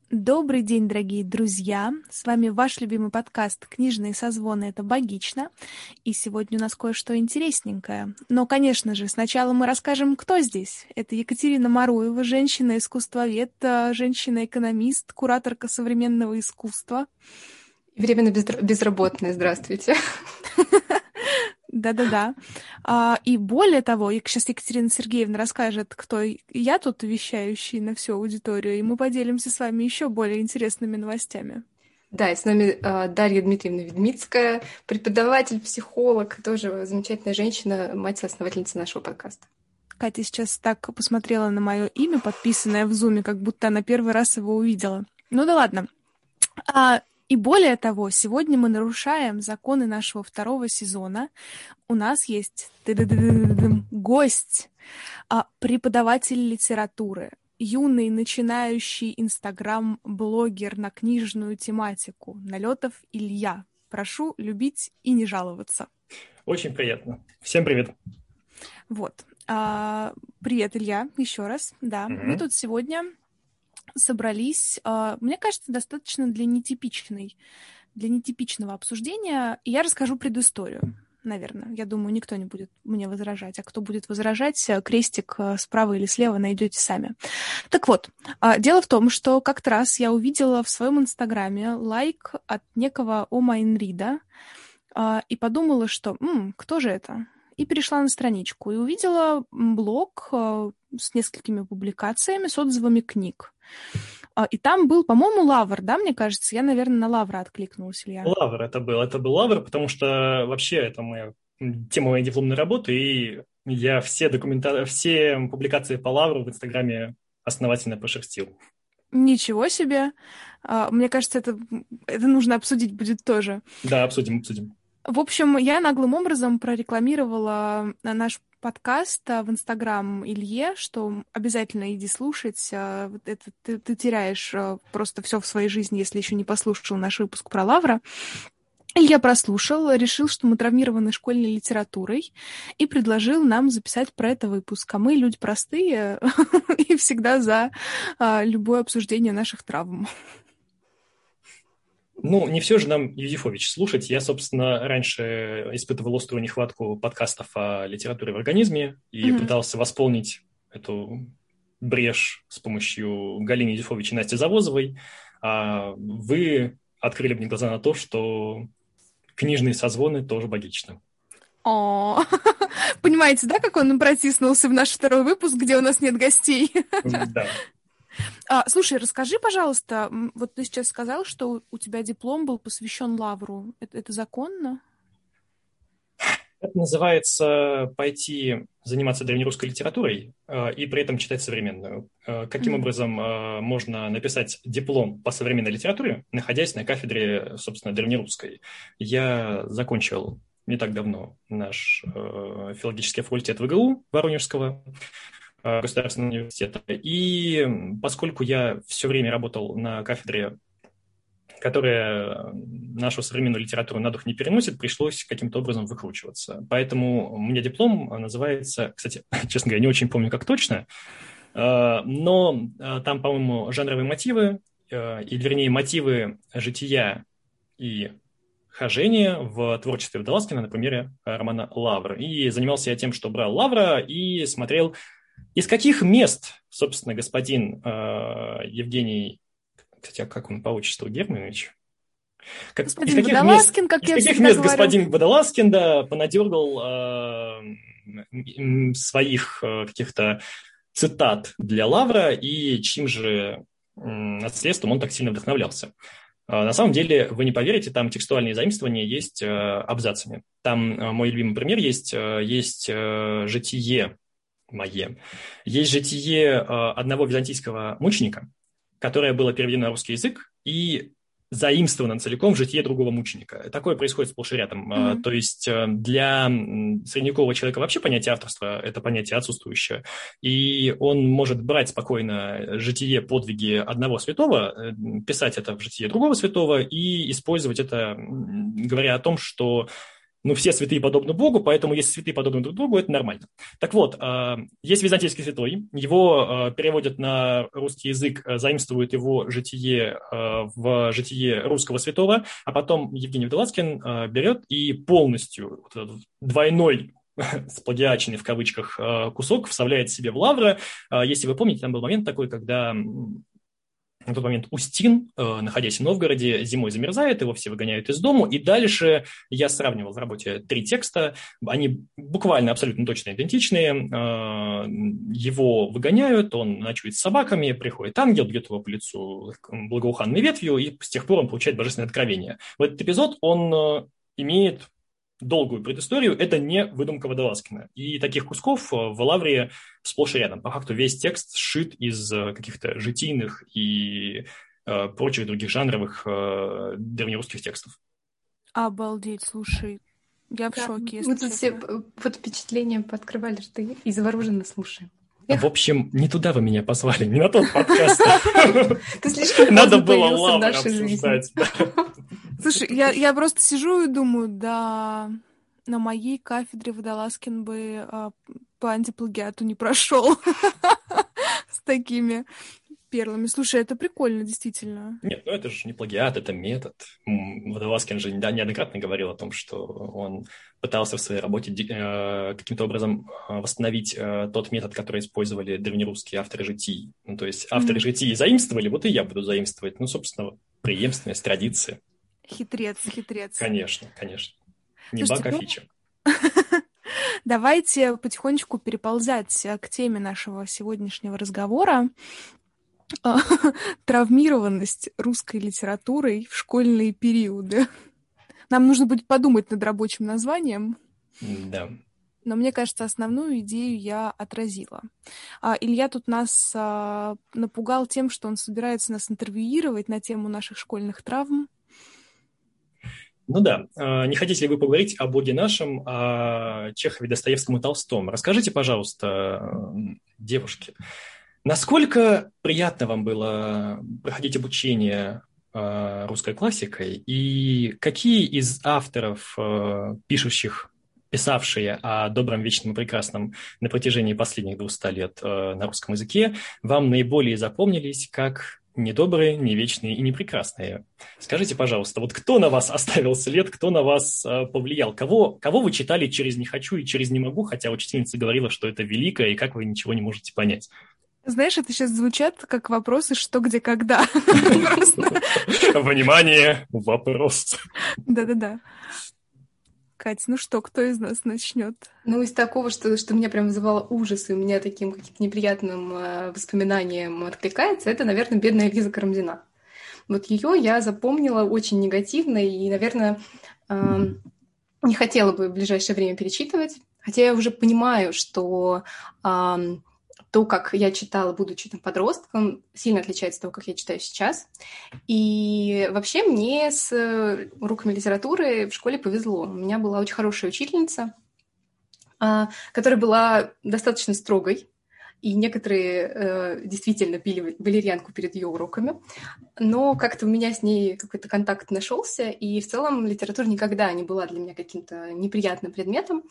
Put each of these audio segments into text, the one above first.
Добрый день, дорогие друзья! С вами ваш любимый подкаст «Книжные созвоны» — это «Богично». И сегодня у нас кое-что интересненькое. Но, конечно же, сначала мы расскажем, кто здесь. Это Екатерина Маруева, женщина-искусствовед, женщина-экономист, кураторка современного искусства. Временно безработная, здравствуйте. Да-да-да. И более того, сейчас Екатерина Сергеевна расскажет, кто я тут вещающий на всю аудиторию, и мы поделимся с вами еще более интересными новостями. Да, и с нами Дарья Дмитриевна Ведмицкая, преподаватель, психолог, тоже замечательная женщина, мать-основательница нашего подкаста. Катя сейчас так посмотрела на мое имя, подписанное в Зуме, как будто она первый раз его увидела. Ну да ладно. И более того, сегодня мы нарушаем законы нашего второго сезона. У нас есть гость, преподаватель литературы, юный начинающий инстаграм-блогер на книжную тематику Налетов Илья. Прошу любить и не жаловаться. Очень приятно. Всем привет. Вот. Привет, Илья, еще раз. Да, мы тут сегодня собрались, мне кажется, достаточно для нетипичного обсуждения, и я расскажу предысторию, наверное. Я думаю, никто не будет мне возражать, а кто будет возражать, крестик справа или слева найдете сами. Так вот, дело в том, что как-то раз я увидела в своем инстаграме лайк от некого Омайнрида и подумала, что кто же это? И перешла на страничку и увидела блог с несколькими публикациями, с отзывами книг. И там был, по-моему, Лавр, да, мне кажется? Я, наверное, на Лавра откликнулась, Илья. Лавр это был. Это был Лавр, потому что вообще это моя тема моей дипломной работы, и я все публикации по Лавру в Инстаграме основательно прошерстил. Ничего себе! Мне кажется, это нужно обсудить будет тоже. Да, обсудим. В общем, я наглым образом прорекламировала наш подкаст в Инстаграм Илье, что обязательно иди слушать. Это ты теряешь просто все в своей жизни, если еще не послушал наш выпуск про Лавра. Илья прослушал, решил, что мы травмированы школьной литературой, и предложил нам записать про это выпуск. А мы люди простые и всегда за любое обсуждение наших травм. Ну, не все же нам Юзефович слушать. Я, собственно, раньше испытывал острую нехватку подкастов о литературе в организме и пытался восполнить эту брешь с помощью Галины Юзефович и Насти Завозовой. А вы открыли мне глаза на то, что книжные созвоны тоже богично. Понимаете, да, как он протиснулся в наш второй выпуск, где у нас нет гостей? Да. Слушай, расскажи, пожалуйста, вот ты сейчас сказал, что у тебя диплом был посвящен Лавру. Это законно? Это называется пойти заниматься древнерусской литературой и при этом читать современную. Каким образом можно написать диплом по современной литературе, находясь на кафедре, собственно, древнерусской? Я закончил не так давно наш филологический факультет ВГУ Воронежского государственного университета. И поскольку я все время работал на кафедре, которая нашу современную литературу на дух не переносит, пришлось каким-то образом выкручиваться. Поэтому у меня диплом называется, кстати, честно говоря, не очень помню, как точно, но там, по-моему, жанровые мотивы, вернее, мотивы жития и хождения в творчестве Водолазкина на примере романа «Лавр». И занимался я тем, что брал Лавра и смотрел, из каких мест, собственно, господин Евгений, кстати, а как он по отчеству, Германович? Господин Водолазкин, как я всегда говорю. Из каких мест господин Водолазкин, да, понадергал своих каких-то цитат для Лавра и чьим же наследством он так сильно вдохновлялся. На самом деле, вы не поверите, там текстуальные заимствования есть абзацами. Там мой любимый пример есть житие мое. Есть житие одного византийского мученика, которое было переведено на русский язык и заимствовано целиком в житие другого мученика. Такое происходит сплошь и рядом. То есть для средневекового человека вообще понятие авторства – это понятие отсутствующее. И он может брать спокойно житие, подвиги одного святого, писать это в житие другого святого и использовать это, говоря о том, что ну, все святые подобны Богу, поэтому если святые подобны друг другу, это нормально. Так вот, есть византийский святой, его переводят на русский язык, заимствуют его житие в житие русского святого, а потом Евгений Водолазкин берет и полностью вот этот двойной сплагиаченный в кавычках кусок вставляет себе в лавры. Если вы помните, там был момент такой, когда на тот момент Устин, находясь в Новгороде, зимой замерзает, его все выгоняют из дому, и дальше я сравнивал в работе 3 текста, они буквально абсолютно точно идентичные, его выгоняют, он ночует с собаками, приходит ангел, бьет его по лицу благоуханной ветвью, и с тех пор он получает божественное откровение. В этот эпизод он имеет долгую предысторию, это не выдумка Водолазкина. И таких кусков в Лавре сплошь и рядом. По факту весь текст сшит из каких-то житийных и прочих других жанровых древнерусских текстов. Обалдеть, слушай. Я в шоке, если Мы тут все честно. под впечатлением пооткрывали рты и завороженно слушаем. В общем, не туда вы меня позвали, не на тот подкаст. Ты слишком Надо поздно было появился в Лавры нашей жизни. обсуждать. Слушай, я просто сижу и думаю, да, на моей кафедре Водолазкин бы по антиплагиату не прошел с такими перлами. Слушай, это прикольно, действительно. Нет, ну это же не плагиат, это метод. Водолазкин же неоднократно говорил о том, что он пытался в своей работе каким-то образом восстановить тот метод, который использовали древнерусские авторы житий. Ну, то есть авторы житий заимствовали, вот и я буду заимствовать. Ну, собственно, преемственность, традиция. Хитрец. Конечно. Не Слушайте, баг, а фича. Давайте потихонечку переползать к теме нашего сегодняшнего разговора. Травмированность русской литературой в школьные периоды. Нам нужно будет подумать над рабочим названием. Да. Но мне кажется, основную идею я отразила. Илья тут нас напугал тем, что он собирается нас интервьюировать на тему наших школьных травм. Ну да. Не хотите ли вы поговорить о Боге нашем, о Чехове, Достоевском и Толстом? Расскажите, пожалуйста, девушки, насколько приятно вам было проходить обучение русской классикой, и какие из авторов, писавшие о добром, вечном и прекрасном на протяжении последних 200 лет на русском языке, вам наиболее запомнились как недобрые, не вечные и не прекрасные? Скажите, пожалуйста, вот кто на вас оставил след, кто на вас повлиял? Кого вы читали через «не хочу» и через «не могу», хотя учительница говорила, что это великое, и как вы ничего не можете понять? Знаешь, это сейчас звучат как вопросы «что, где, когда». Внимание, вопрос. Да-да-да. Кать, ну что, кто из нас начнет? Ну, из такого, что меня прям вызывало ужас, и у меня таким каким-то неприятным воспоминанием откликается, это, наверное, бедная Лиза Карамзина. Вот ее я запомнила очень негативно и, наверное, не хотела бы в ближайшее время перечитывать. Хотя я уже понимаю, что то, как я читала, будучи там подростком, сильно отличается от того, как я читаю сейчас. И вообще мне с уроками литературы в школе повезло. У меня была очень хорошая учительница, которая была достаточно строгой, и некоторые действительно пили валерьянку перед ее уроками, но как-то у меня с ней какой-то контакт нашелся, и в целом литература никогда не была для меня каким-то неприятным предметом.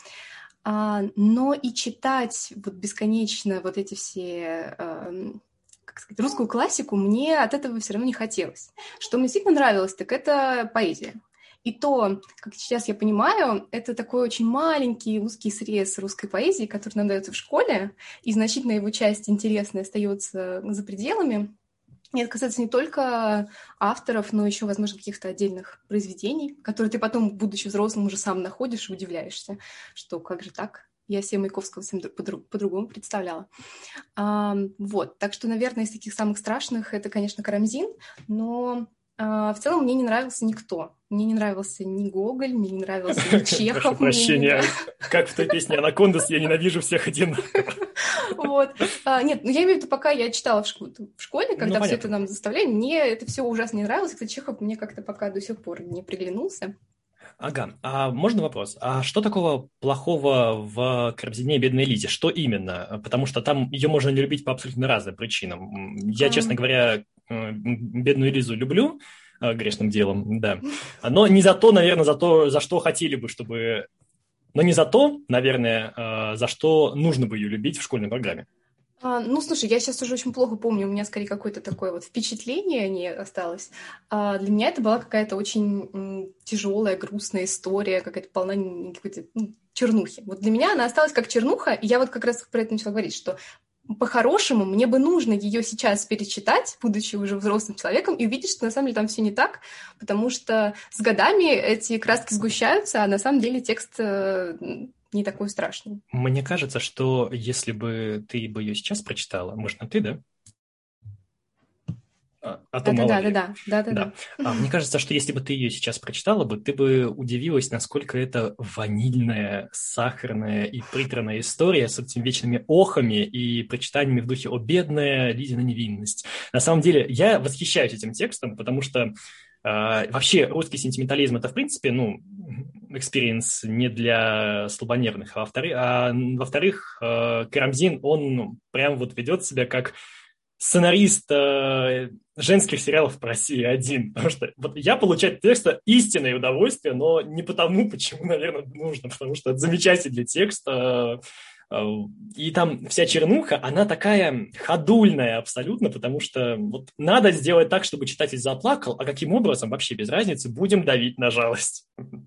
Но и читать вот бесконечно вот эти все, как сказать, русскую классику мне от этого все равно не хотелось. Что мне действительно нравилось, так это поэзия. И то, как сейчас я понимаю, это такой очень маленький узкий срез русской поэзии, который нам дается в школе, и значительная его часть интересная остается за пределами. И это касается не только авторов, но еще, возможно, каких-то отдельных произведений, которые ты потом, будучи взрослым, уже сам находишь и удивляешься, что как же так? Я себе Маяковского совсем по-другому представляла. Вот, так что, наверное, из таких самых страшных это, конечно, Карамзин, но в целом мне не нравился никто. Мне не нравился ни Гоголь, мне не нравился ни Чехов. Прошу прощения, как в той песне «Анакондас», я ненавижу всех одинаково. Вот. Нет, ну я имею в виду, пока я читала в школе, когда все это нам заставляли, мне это все ужасно не нравилось. Кстати, Чехов мне как-то пока до сих пор не приглянулся. Ага, а можно вопрос? А что такого плохого в Карамзине и «Бедной Лизе»? Что именно? Потому что там ее можно не любить по абсолютно разным причинам. Я, честно говоря, «Бедную Лизу» люблю, грешным делом, да. Но не за то, наверное, за что хотели бы, чтобы... Но не за то, наверное, за что нужно бы ее любить в школьной программе. Ну, слушай, я сейчас уже очень плохо помню, у меня скорее какое-то такое вот впечатление не осталось. Для меня это была какая-то очень тяжелая, грустная история, какая-то полна какой-то чернухи. Вот для меня она осталась как чернуха, и я вот как раз про это начала говорить, что по-хорошему мне бы нужно ее сейчас перечитать, будучи уже взрослым человеком, и увидеть, что на самом деле там все не так, потому что с годами эти краски сгущаются, а на самом деле текст не такой страшный. Мне кажется, что если бы ты бы ее сейчас прочитала, может, ты, да? А то мало ли. Да. Мне кажется, что если бы ты ее сейчас прочитала бы, ты бы удивилась, насколько это ванильная, сахарная и приторная история с этими вечными охами и прочитаниями в духе «О, бедная Лизина невинность». На самом деле, я восхищаюсь этим текстом, потому что вообще русский сентиментализм – это, в принципе, экспириенс не для слабонервных, во-вторых, Карамзин, он прям вот ведет себя как сценарист женских сериалов по России один, потому что вот я получаю от текста истинное удовольствие, но не потому, почему, наверное, нужно, потому что это замечательный текст, и там вся чернуха, она такая ходульная абсолютно, потому что вот надо сделать так, чтобы читатель заплакал, а каким образом, вообще без разницы, будем давить на жалость.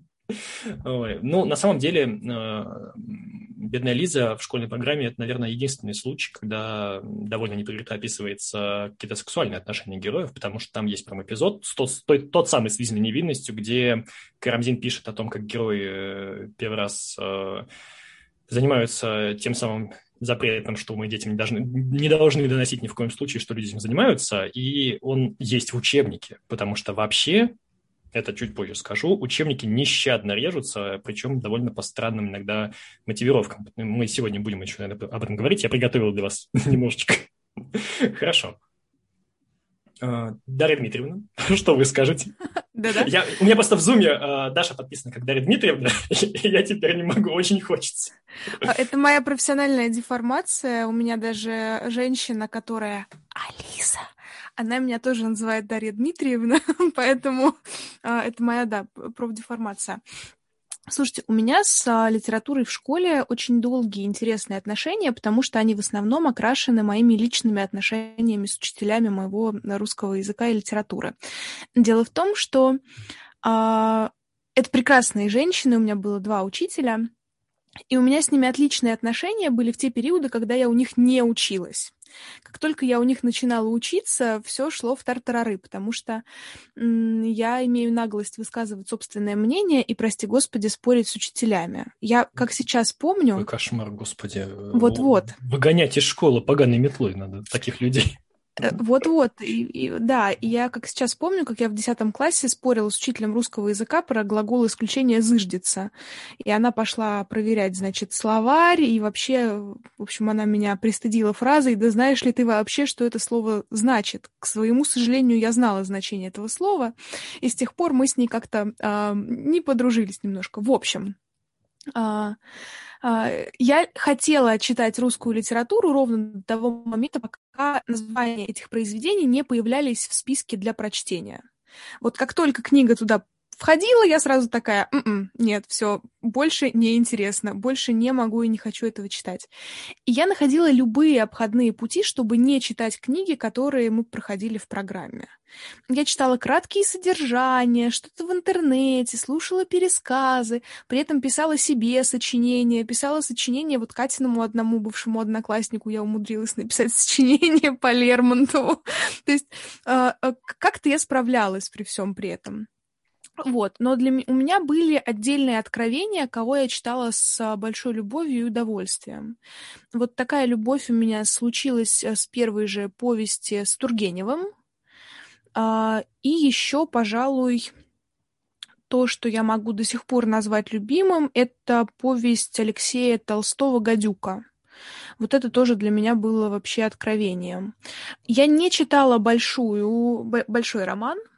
На самом деле, «Бедная Лиза» в школьной программе – это, наверное, единственный случай, когда довольно неприкрыто описывается какие-то сексуальные отношения героев, потому что там есть прям эпизод, тот самый с Лизиной невинностью, где Карамзин пишет о том, как герои первый раз занимаются тем самым запретом, что мы детям не должны доносить ни в коем случае, что люди этим занимаются, и он есть в учебнике, потому что вообще... Это чуть позже скажу. Учебники нещадно режутся, причем довольно по странным иногда мотивировкам. Мы сегодня будем еще, наверное, об этом говорить. Я приготовил для вас немножечко. Хорошо. Дарья Дмитриевна, что вы скажете? Да-да. У меня просто в зуме Даша подписана как Дарья Дмитриевна, и я теперь не могу, очень хочется. Это моя профессиональная деформация. У меня даже женщина, которая Алиса, она меня тоже называет Дарья Дмитриевна, поэтому это моя, профдеформация. Слушайте, у меня с литературой в школе очень долгие интересные отношения, потому что они в основном окрашены моими личными отношениями с учителями моего русского языка и литературы. Дело в том, что это прекрасные женщины, у меня было 2 учителя, и у меня с ними отличные отношения были в те периоды, когда я у них не училась. Как только я у них начинала учиться, все шло в тартарары, потому что я имею наглость высказывать собственное мнение и, прости господи, спорить с учителями. Я, как сейчас помню... Какой кошмар, господи. Вот-вот. Выгонять из школы поганой метлой надо таких людей. Вот-вот, и я как сейчас помню, как я в 10 классе спорила с учителем русского языка про глагол исключения «зыждется». И она пошла проверять, значит, словарь, и вообще, в общем, она меня пристыдила фразой: «Да знаешь ли ты вообще, что это слово значит?» К своему сожалению, я знала значение этого слова, и с тех пор мы с ней как-то не подружились немножко. В общем... Я хотела читать русскую литературу ровно до того момента, пока названия этих произведений не появлялись в списке для прочтения. Вот как только книга туда входила, я сразу такая: нет, все, больше не интересно, больше не могу и не хочу этого читать. И я находила любые обходные пути, чтобы не читать книги, которые мы проходили в программе. Я читала краткие содержания, что-то в интернете, слушала пересказы, при этом писала себе сочинения, вот Катиному одному бывшему однокласснику я умудрилась написать сочинение по Лермонтову. То есть как-то я справлялась при всем при этом. Вот, но у меня были отдельные откровения, кого я читала с большой любовью и удовольствием. Вот такая любовь у меня случилась с первой же повести с Тургеневым. И еще, пожалуй, то, что я могу до сих пор назвать любимым, это повесть Алексея Толстого «Гадюка». Вот это тоже для меня было вообще откровением. Я не читала большой роман,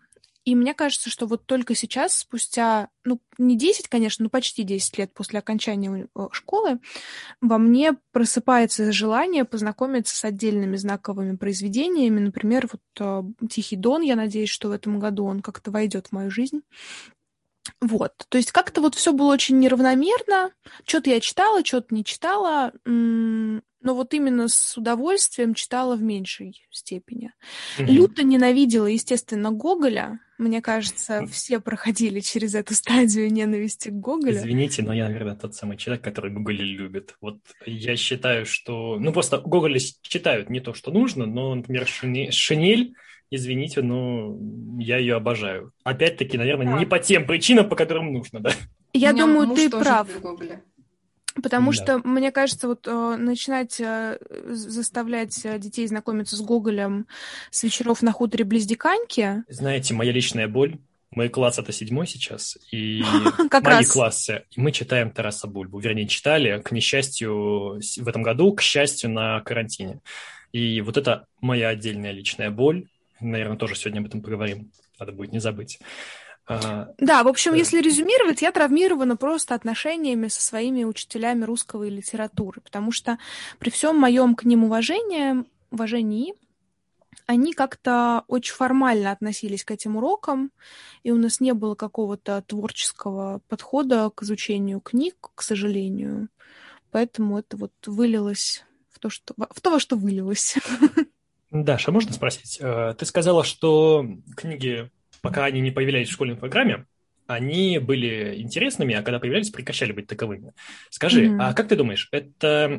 И мне кажется, что вот только сейчас, спустя, ну, не 10, конечно, но почти 10 лет после окончания школы, во мне просыпается желание познакомиться с отдельными знаковыми произведениями. Например, вот «Тихий Дон», я надеюсь, что в этом году он как-то войдет в мою жизнь. Вот, то есть как-то вот все было очень неравномерно. Что-то я читала, что-то не читала, но вот именно с удовольствием читала в меньшей степени. Люто ненавидела, естественно, Гоголя. Мне кажется, все проходили через эту стадию ненависти к Гоголю. Извините, но я, наверное, тот самый человек, который Гоголя любит. Вот я считаю, что... Ну, просто Гоголя читают не то, что нужно, но, например, «Шинель», извините, но я ее обожаю. Опять-таки, наверное, не по тем причинам, по которым нужно, да? Я У меня думаю, муж ты тоже прав. любит Гоголя. Потому Да. что, мне кажется, вот начинать заставлять детей знакомиться с Гоголем с вечеров на хуторе близ Диканьки. Знаете, моя личная боль. Мой класс — это 7 сейчас, и Как мои раз. классы, и мы читаем Тараса Бульбу. Вернее, читали, к несчастью, в этом году, к счастью, на карантине. И вот это моя отдельная личная боль. Наверное, тоже сегодня об этом поговорим. Надо будет не забыть. Да, в общем, если резюмировать, я травмирована просто отношениями со своими учителями русского и литературы, потому что при всем моем к ним уважении, они как-то очень формально относились к этим урокам, и у нас не было какого-то творческого подхода к изучению книг, к сожалению. Поэтому это вот вылилось в то, во что вылилось. Даша, можно спросить? Ты сказала, что книги, пока они не появлялись в школьной программе, они были интересными, а когда появлялись, прекращали быть таковыми. Скажи, а как ты думаешь, это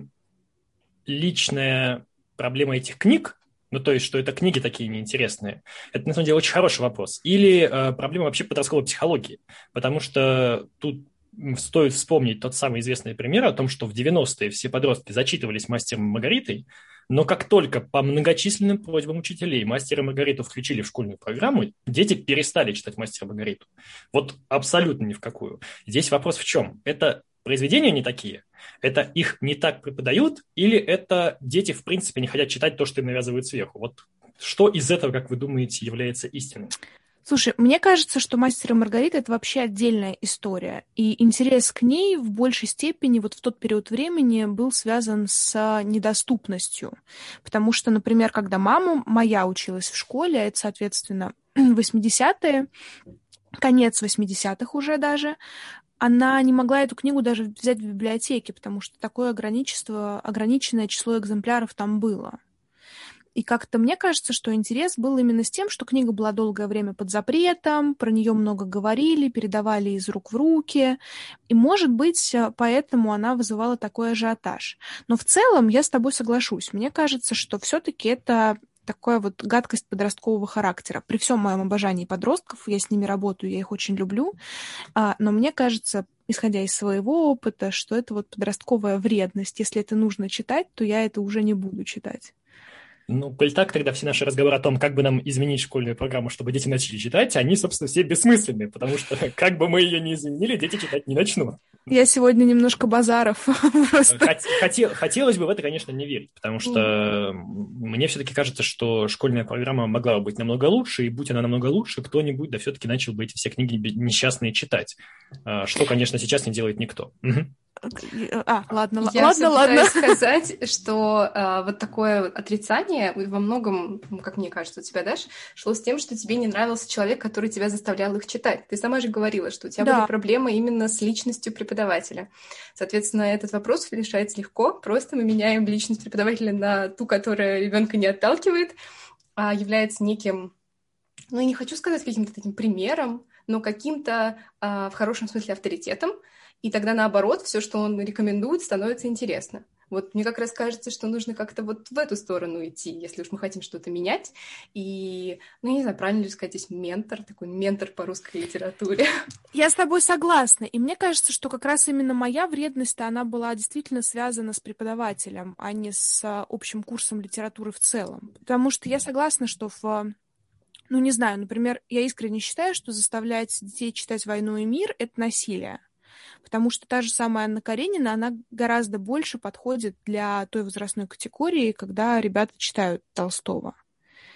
личная проблема этих книг? Ну, то есть, что это книги такие неинтересные? Это, на самом деле, очень хороший вопрос. Или проблема вообще подростковой психологии? Потому что тут стоит вспомнить тот самый известный пример о том, что в 90-е все подростки зачитывались «Мастером и Маргаритой», но как только по многочисленным просьбам учителей «Мастера и Маргариту» включили в школьную программу, дети перестали читать «Мастера и Маргариту». Вот абсолютно ни в какую. Здесь вопрос в чем? Это произведения не такие? Это их не так преподают? Или это дети, в принципе, не хотят читать то, что им навязывают сверху? Вот что из этого, как вы думаете, является истиной? Слушай, мне кажется, что «Мастер и Маргарита» — это вообще отдельная история. И интерес к ней в большей степени вот в тот период времени был связан с недоступностью. Потому что, например, когда мама моя училась в школе, это, соответственно, 80-е, конец 80-х уже даже, она не могла эту книгу даже взять в библиотеке, потому что такое ограниченное число экземпляров там было. И как-то мне кажется, что интерес был именно с тем, что книга была долгое время под запретом, про нее много говорили, передавали из рук в руки, и, может быть, поэтому она вызывала такой ажиотаж. Но в целом я с тобой соглашусь. Мне кажется, что все-таки это такая вот гадкость подросткового характера. При всем моем обожании подростков, я с ними работаю, я их очень люблю, но мне кажется, исходя из своего опыта, что это вот подростковая вредность. Если это нужно читать, то я это уже не буду читать. Ну, коль так, тогда все наши разговоры о том, как бы нам изменить школьную программу, чтобы дети начали читать, они, собственно, все бессмысленные, потому что как бы мы ее ни изменили, дети читать не начнут. Я сегодня немножко базаров. Хотелось бы в это, конечно, не верить, потому что мне все-таки кажется, что школьная программа могла бы быть намного лучше, и будь она намного лучше, кто-нибудь да все-таки начал бы эти все книги несчастные читать, что, конечно, сейчас не делает никто. Ладно. Пытаюсь сказать, что вот такое отрицание во многом, как мне кажется, у тебя, Даш, шло с тем, что тебе не нравился человек, который тебя заставлял их читать. Ты сама же говорила, что у тебя были проблемы именно с личностью преподавателя. Соответственно, этот вопрос решается легко. Просто мы меняем личность преподавателя на ту, которая ребенка не отталкивает, а является неким, ну, я не хочу сказать каким-то таким примером, но каким-то в хорошем смысле авторитетом. И тогда, наоборот, все, что он рекомендует, становится интересно. Вот мне как раз кажется, что нужно как-то вот в эту сторону идти, если уж мы хотим что-то менять. И, ну, я не знаю, правильно ли сказать, здесь ментор, такой ментор по русской литературе. Я с тобой согласна. И мне кажется, что как раз именно моя вредность, она была действительно связана с преподавателем, а не с общим курсом литературы в целом. Потому что я согласна, что ну, не знаю, например, я искренне считаю, что заставлять детей читать «Войну и мир» — это насилие. Потому что та же самая Анна Каренина, она гораздо больше подходит для той возрастной категории, когда ребята читают Толстого.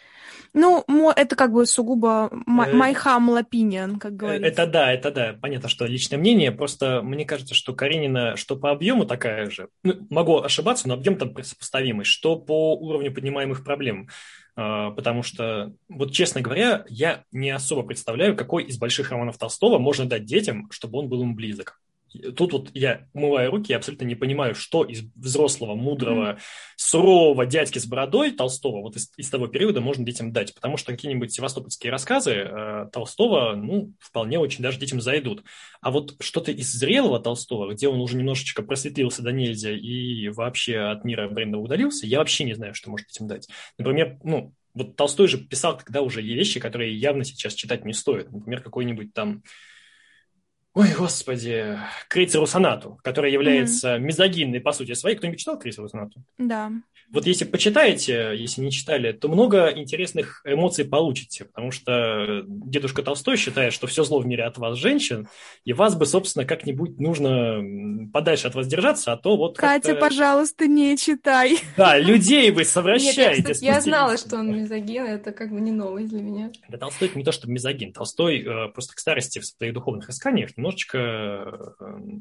Ну, это как бы сугубо my humble opinion, как говорится. Это да. Понятно, что личное мнение. Просто мне кажется, что Каренина, что по объему такая же, ну, могу ошибаться, но объем там сопоставимый, что по уровню поднимаемых проблем. Потому что, вот честно говоря, я не особо представляю, какой из больших романов Толстого можно дать детям, чтобы он был им близок. Тут вот я умываю руки, я абсолютно не понимаю, что из взрослого, мудрого, сурового дядьки с бородой Толстого вот из того периода можно детям дать, потому что какие-нибудь севастопольские рассказы Толстого, ну, вполне очень даже детям зайдут. А вот что-то из зрелого Толстого, где он уже немножечко просветлился до нельзя и вообще от мира бренного удалился, я вообще не знаю, что может детям дать. Например, ну, вот Толстой же писал тогда уже вещи, которые явно сейчас читать не стоит. Например, какой-нибудь там ой, господи, крейцеру сонату, которая является мизогинной по сути своей. Кто-нибудь читал крейцеру сонату? Да. Вот если почитаете, если не читали, то много интересных эмоций получите, потому что дедушка Толстой считает, что все зло в мире от вас, женщин, и вас бы, собственно, как-нибудь нужно подальше от вас держаться, а то вот Катя, пожалуйста, не читай. Да, людей вы совращаете. Нет, я знала, что он мизогин, это как бы не новость для меня. Да, Толстой это не то, чтобы мизогин. Толстой просто к старости в своих духовных исканиях немножечко...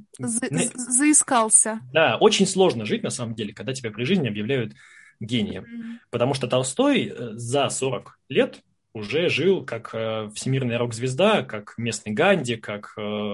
Заискался. Да, очень сложно жить, на самом деле, когда тебя при жизни объявляют гением. Потому что Толстой за 40 лет уже жил как всемирная рок-звезда, как местный Ганди, как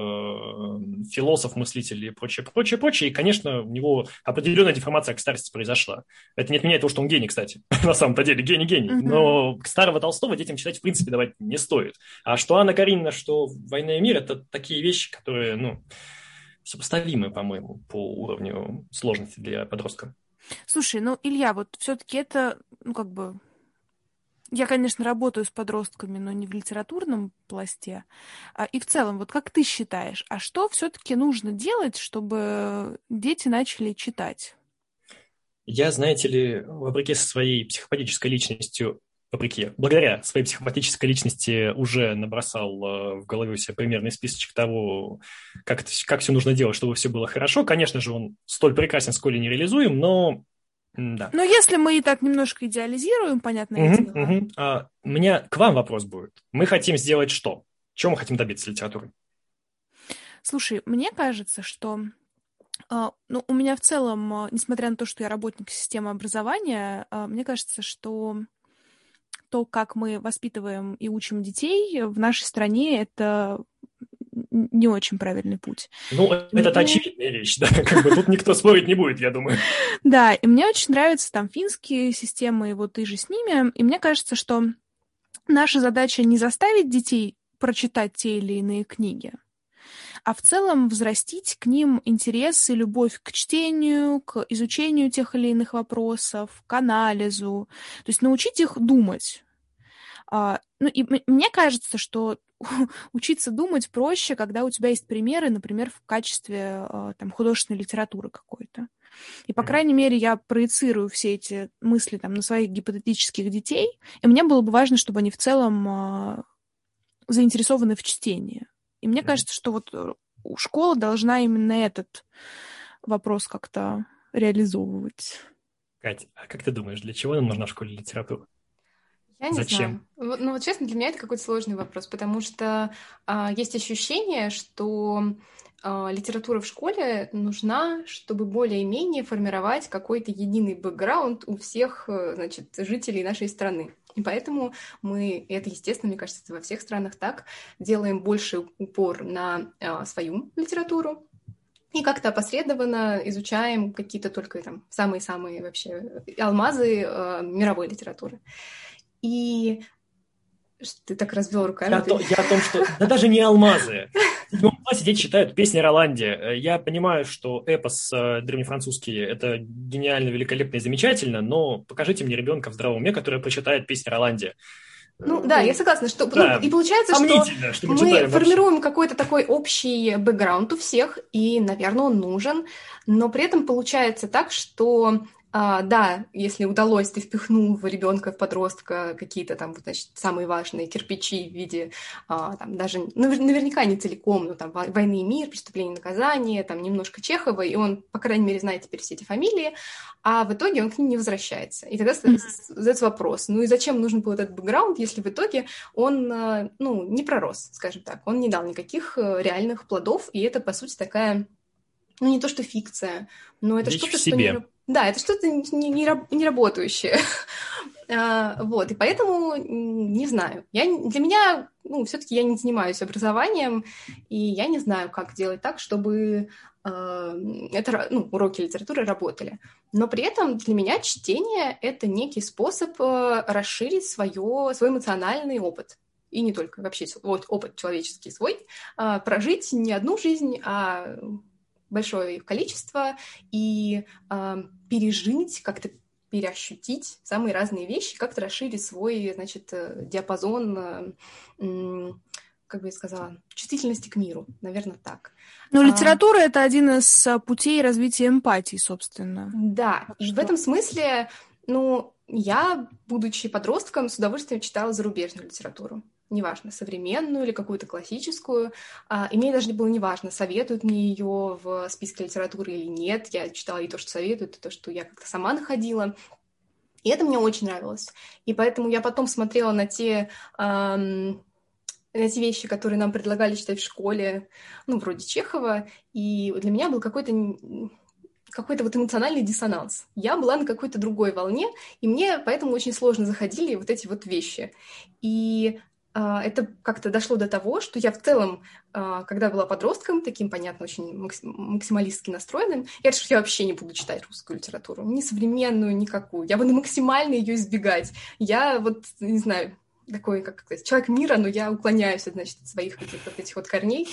философ, мыслитель и прочее, прочее, прочее. И, конечно, у него определенная деформация к старости произошла. Это не отменяет того, что он гений, кстати. На самом-то деле гений. Но старого Толстого детям читать, в принципе, давать не стоит. А что Анна Каренина, что «Война и мир» — это такие вещи, которые, ну, сопоставимы, по-моему, по уровню сложности для подростка. Слушай, ну, Илья, вот все-таки это, ну, как бы... Я, конечно, работаю с подростками, но не в литературном пласте. И в целом, вот как ты считаешь, а что все-таки нужно делать, чтобы дети начали читать? Я, знаете ли, вопреки своей психопатической личностью, благодаря своей психопатической личности уже набросал в голове у себя примерный списочек того, как все нужно делать, чтобы все было хорошо. Конечно же, он столь прекрасен, сколь и нереализуем, но да. Но если мы и так немножко идеализируем, понятное дело. У меня к вам вопрос будет. Мы хотим сделать что? Чего мы хотим добиться литературы? Слушай, мне кажется, что ну, у меня в целом, несмотря на то, что я работник системы образования, мне кажется, что то, как мы воспитываем и учим детей в нашей стране, это не очень правильный путь. Ну, это очевидная вещь, да, как бы тут никто спорить не будет, я думаю. Да, и мне очень нравятся там финские системы, и вот и же с ними, и мне кажется, что наша задача не заставить детей прочитать те или иные книги, а в целом взрастить к ним интерес и любовь к чтению, к изучению тех или иных вопросов, к анализу, то есть научить их думать. Ну и мне кажется, что учиться думать проще, когда у тебя есть примеры, например, в качестве там, художественной литературы какой-то. И, по крайней мере, я проецирую все эти мысли там, на своих гипотетических детей, и мне было бы важно, чтобы они в целом заинтересованы в чтении. И мне кажется, что вот школа должна именно этот вопрос как-то реализовывать. Катя, а как ты думаешь, для чего нам нужна в школе литература? Я не знаю. Ну вот честно, для меня это какой-то сложный вопрос, потому что есть ощущение, что литература в школе нужна, чтобы более-менее формировать какой-то единый бэкграунд у всех, значит, жителей нашей страны. И поэтому мы, и это естественно, мне кажется, во всех странах так, делаем больше упор на свою литературу, и как-то опосредованно изучаем какие-то только там самые-самые вообще алмазы мировой литературы. И ты так развел руками. Я о том, что... Да даже не алмазы. В 7 классе дети читают «Песни Роланде». Я понимаю, что эпос древнефранцузский – это гениально, великолепно и замечательно, но покажите мне ребенка в здравом уме, который прочитает «Песни Роланде». Ну да, я согласна, что да, и получается, что мы формируем какой-то такой общий бэкграунд у всех, и, наверное, он нужен, но при этом получается так, что Да, если удалось, ты впихнул в ребенка, в подростка какие-то там, значит, самые важные кирпичи в виде, там, даже наверняка не целиком, но там «Войны и мир», «Преступление и наказание», там немножко Чехова, и он, по крайней мере, знает теперь все эти фамилии, а в итоге он к ним не возвращается. И тогда задается вопрос, ну и зачем нужен был этот бэкграунд, если в итоге он, не пророс, скажем так, он не дал никаких реальных плодов, и это, по сути, такая, не то что фикция, но это Вещь в что-то, что себе. Да, это что-то не работающее. Вот, и поэтому не знаю. Для меня, все-таки я не занимаюсь образованием, и я не знаю, как делать так, чтобы уроки литературы работали. Но при этом для меня чтение — это некий способ расширить свой эмоциональный опыт. И не только вообще опыт человеческий свой, прожить не одну жизнь, а большое количество, и пережить, как-то переощутить самые разные вещи, как-то расширить свой, значит, диапазон, как бы я сказала, чувствительности к миру, наверное, так. Литература — это один из путей развития эмпатии, собственно. Да, и в этом смысле, я, будучи подростком, с удовольствием читала зарубежную литературу. Неважно, современную или какую-то классическую. И мне даже было неважно, советуют мне ее в списке литературы или нет. Я читала и то, что советуют, и то, что я как-то сама находила. И это мне очень нравилось. И поэтому я потом смотрела на те вещи, которые нам предлагали читать в школе, вроде Чехова, и для меня был какой-то вот эмоциональный диссонанс. Я была на какой-то другой волне, и мне поэтому очень сложно заходили вот эти вот вещи. И это как-то дошло до того, что я в целом, когда была подростком, таким, понятно, очень максималистски настроенным, я решила, что я вообще не буду читать русскую литературу, ни современную, никакую. Я буду максимально ее избегать. Я не знаю, такой, как сказать, человек мира, но я уклоняюсь, значит, от своих каких-то вот этих вот корней.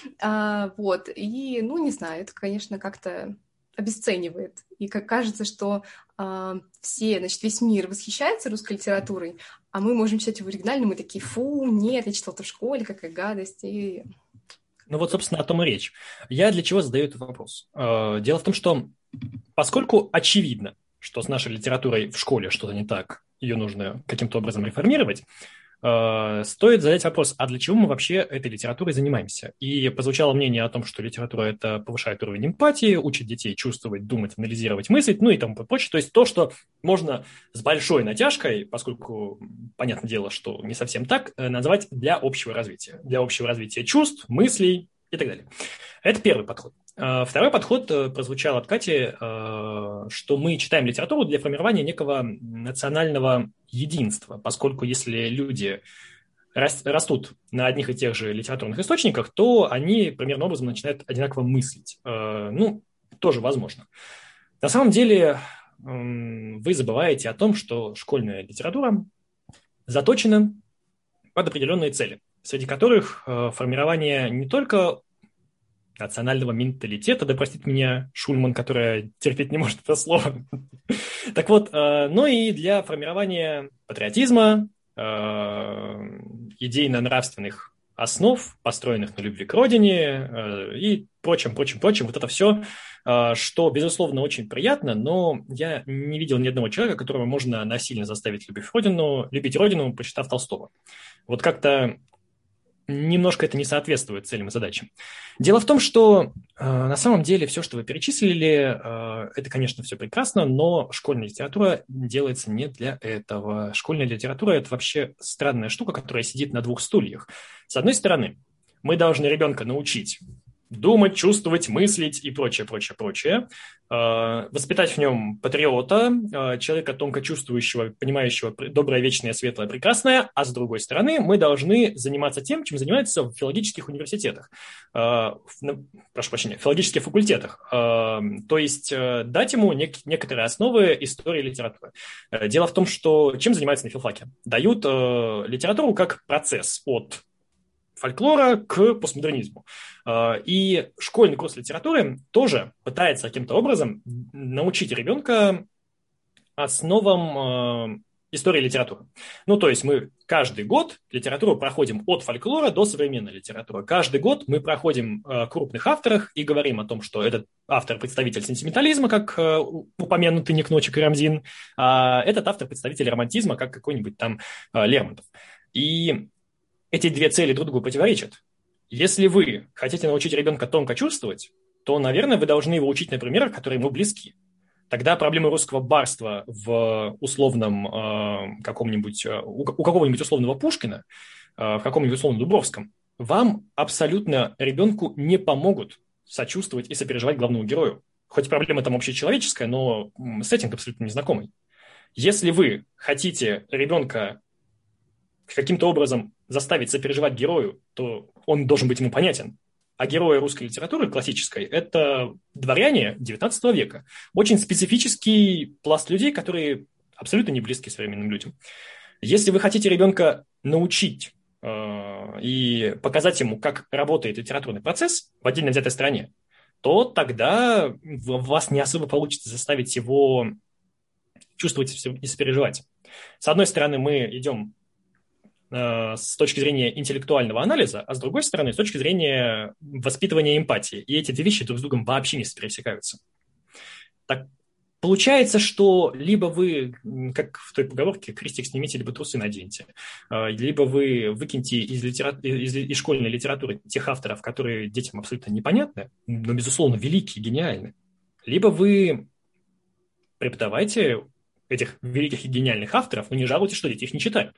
И, не знаю, это, конечно, как-то обесценивает. И как кажется, что весь мир восхищается русской литературой, а мы можем читать его оригинально, мы такие, фу, нет, я читала это в школе, какая гадость. Собственно, о том и речь. Я для чего задаю этот вопрос? Дело в том, что поскольку очевидно, что с нашей литературой в школе что-то не так, ее нужно каким-то образом реформировать, стоит задать вопрос, а для чего мы вообще этой литературой занимаемся? И прозвучало мнение о том, что литература – это повышает уровень эмпатии, учит детей чувствовать, думать, анализировать, мыслить, и тому прочее. То есть то, что можно с большой натяжкой, поскольку, понятное дело, что не совсем так, назвать для общего развития чувств, мыслей и так далее. Это первый подход. Второй подход прозвучал от Кати, что мы читаем литературу для формирования некого национального единства, поскольку если люди растут на одних и тех же литературных источниках, то они примерно образом начинают одинаково мыслить. Тоже возможно. На самом деле вы забываете о том, что школьная литература заточена под определенные цели, среди которых формирование не только национального менталитета, да простит меня Шульман, которая терпеть не может это слово. Так вот, но и для формирования патриотизма, идейно-нравственных основ, построенных на любви к родине и прочим. Вот это все, что, безусловно, очень приятно, но я не видел ни одного человека, которого можно насильно заставить любить родину, почитав Толстого. Вот как-то немножко это не соответствует целям и задачам. Дело в том, что на самом деле все, что вы перечислили, это, конечно, все прекрасно, но школьная литература делается не для этого. Школьная литература – это вообще странная штука, которая сидит на двух стульях. С одной стороны, мы должны ребенка научить думать, чувствовать, мыслить и прочее. Воспитать в нем патриота, человека тонко чувствующего, понимающего доброе, вечное, светлое, прекрасное, а с другой стороны мы должны заниматься тем, чем занимаются в филологических университетах, филологических факультетах, то есть дать ему некоторые основы истории литературы. Дело в том, что чем занимаются на филфаке? Дают литературу как процесс от фольклора к постмодернизму. И школьный курс литературы тоже пытается каким-то образом научить ребенка основам история литературы. Ну, то есть мы каждый год литературу проходим от фольклора до современной литературы. Каждый год мы проходим крупных авторах и говорим о том, что этот автор представитель сентиментализма, как упомянутый «Не к ночи» Карамзин, а этот автор представитель романтизма, как какой-нибудь там Лермонтов. И эти две цели друг другу противоречат. Если вы хотите научить ребенка тонко чувствовать, то, наверное, вы должны его учить на примерах, которые ему близки. Тогда проблемы русского барства в условном каком-нибудь, у какого-нибудь условного Пушкина, в каком-нибудь условном Дубровском, вам абсолютно ребенку не помогут сочувствовать и сопереживать главному герою. Хоть проблема там общечеловеческая, но сеттинг абсолютно незнакомый. Если вы хотите ребенка каким-то образом заставить сопереживать герою, то он должен быть ему понятен. А герои русской литературы классической – это дворяне XIX века. Очень специфический пласт людей, которые абсолютно не близки современным людям. Если вы хотите ребенка научить и показать ему, как работает литературный процесс в отдельно взятой стране, то тогда у вас не особо получится заставить его чувствовать и сопереживать. С одной стороны, мы идем с точки зрения интеллектуального анализа, а с другой стороны, с точки зрения воспитывания эмпатии. И эти две вещи друг с другом вообще не пересекаются. Так получается, что либо вы, как в той поговорке, крестик снимите, либо трусы наденьте, либо вы выкиньте из школьной литературы тех авторов, которые детям абсолютно непонятны, но, безусловно, великие, гениальны, либо вы преподавайте этих великих и гениальных авторов, но не жалуйте, что дети их не читают.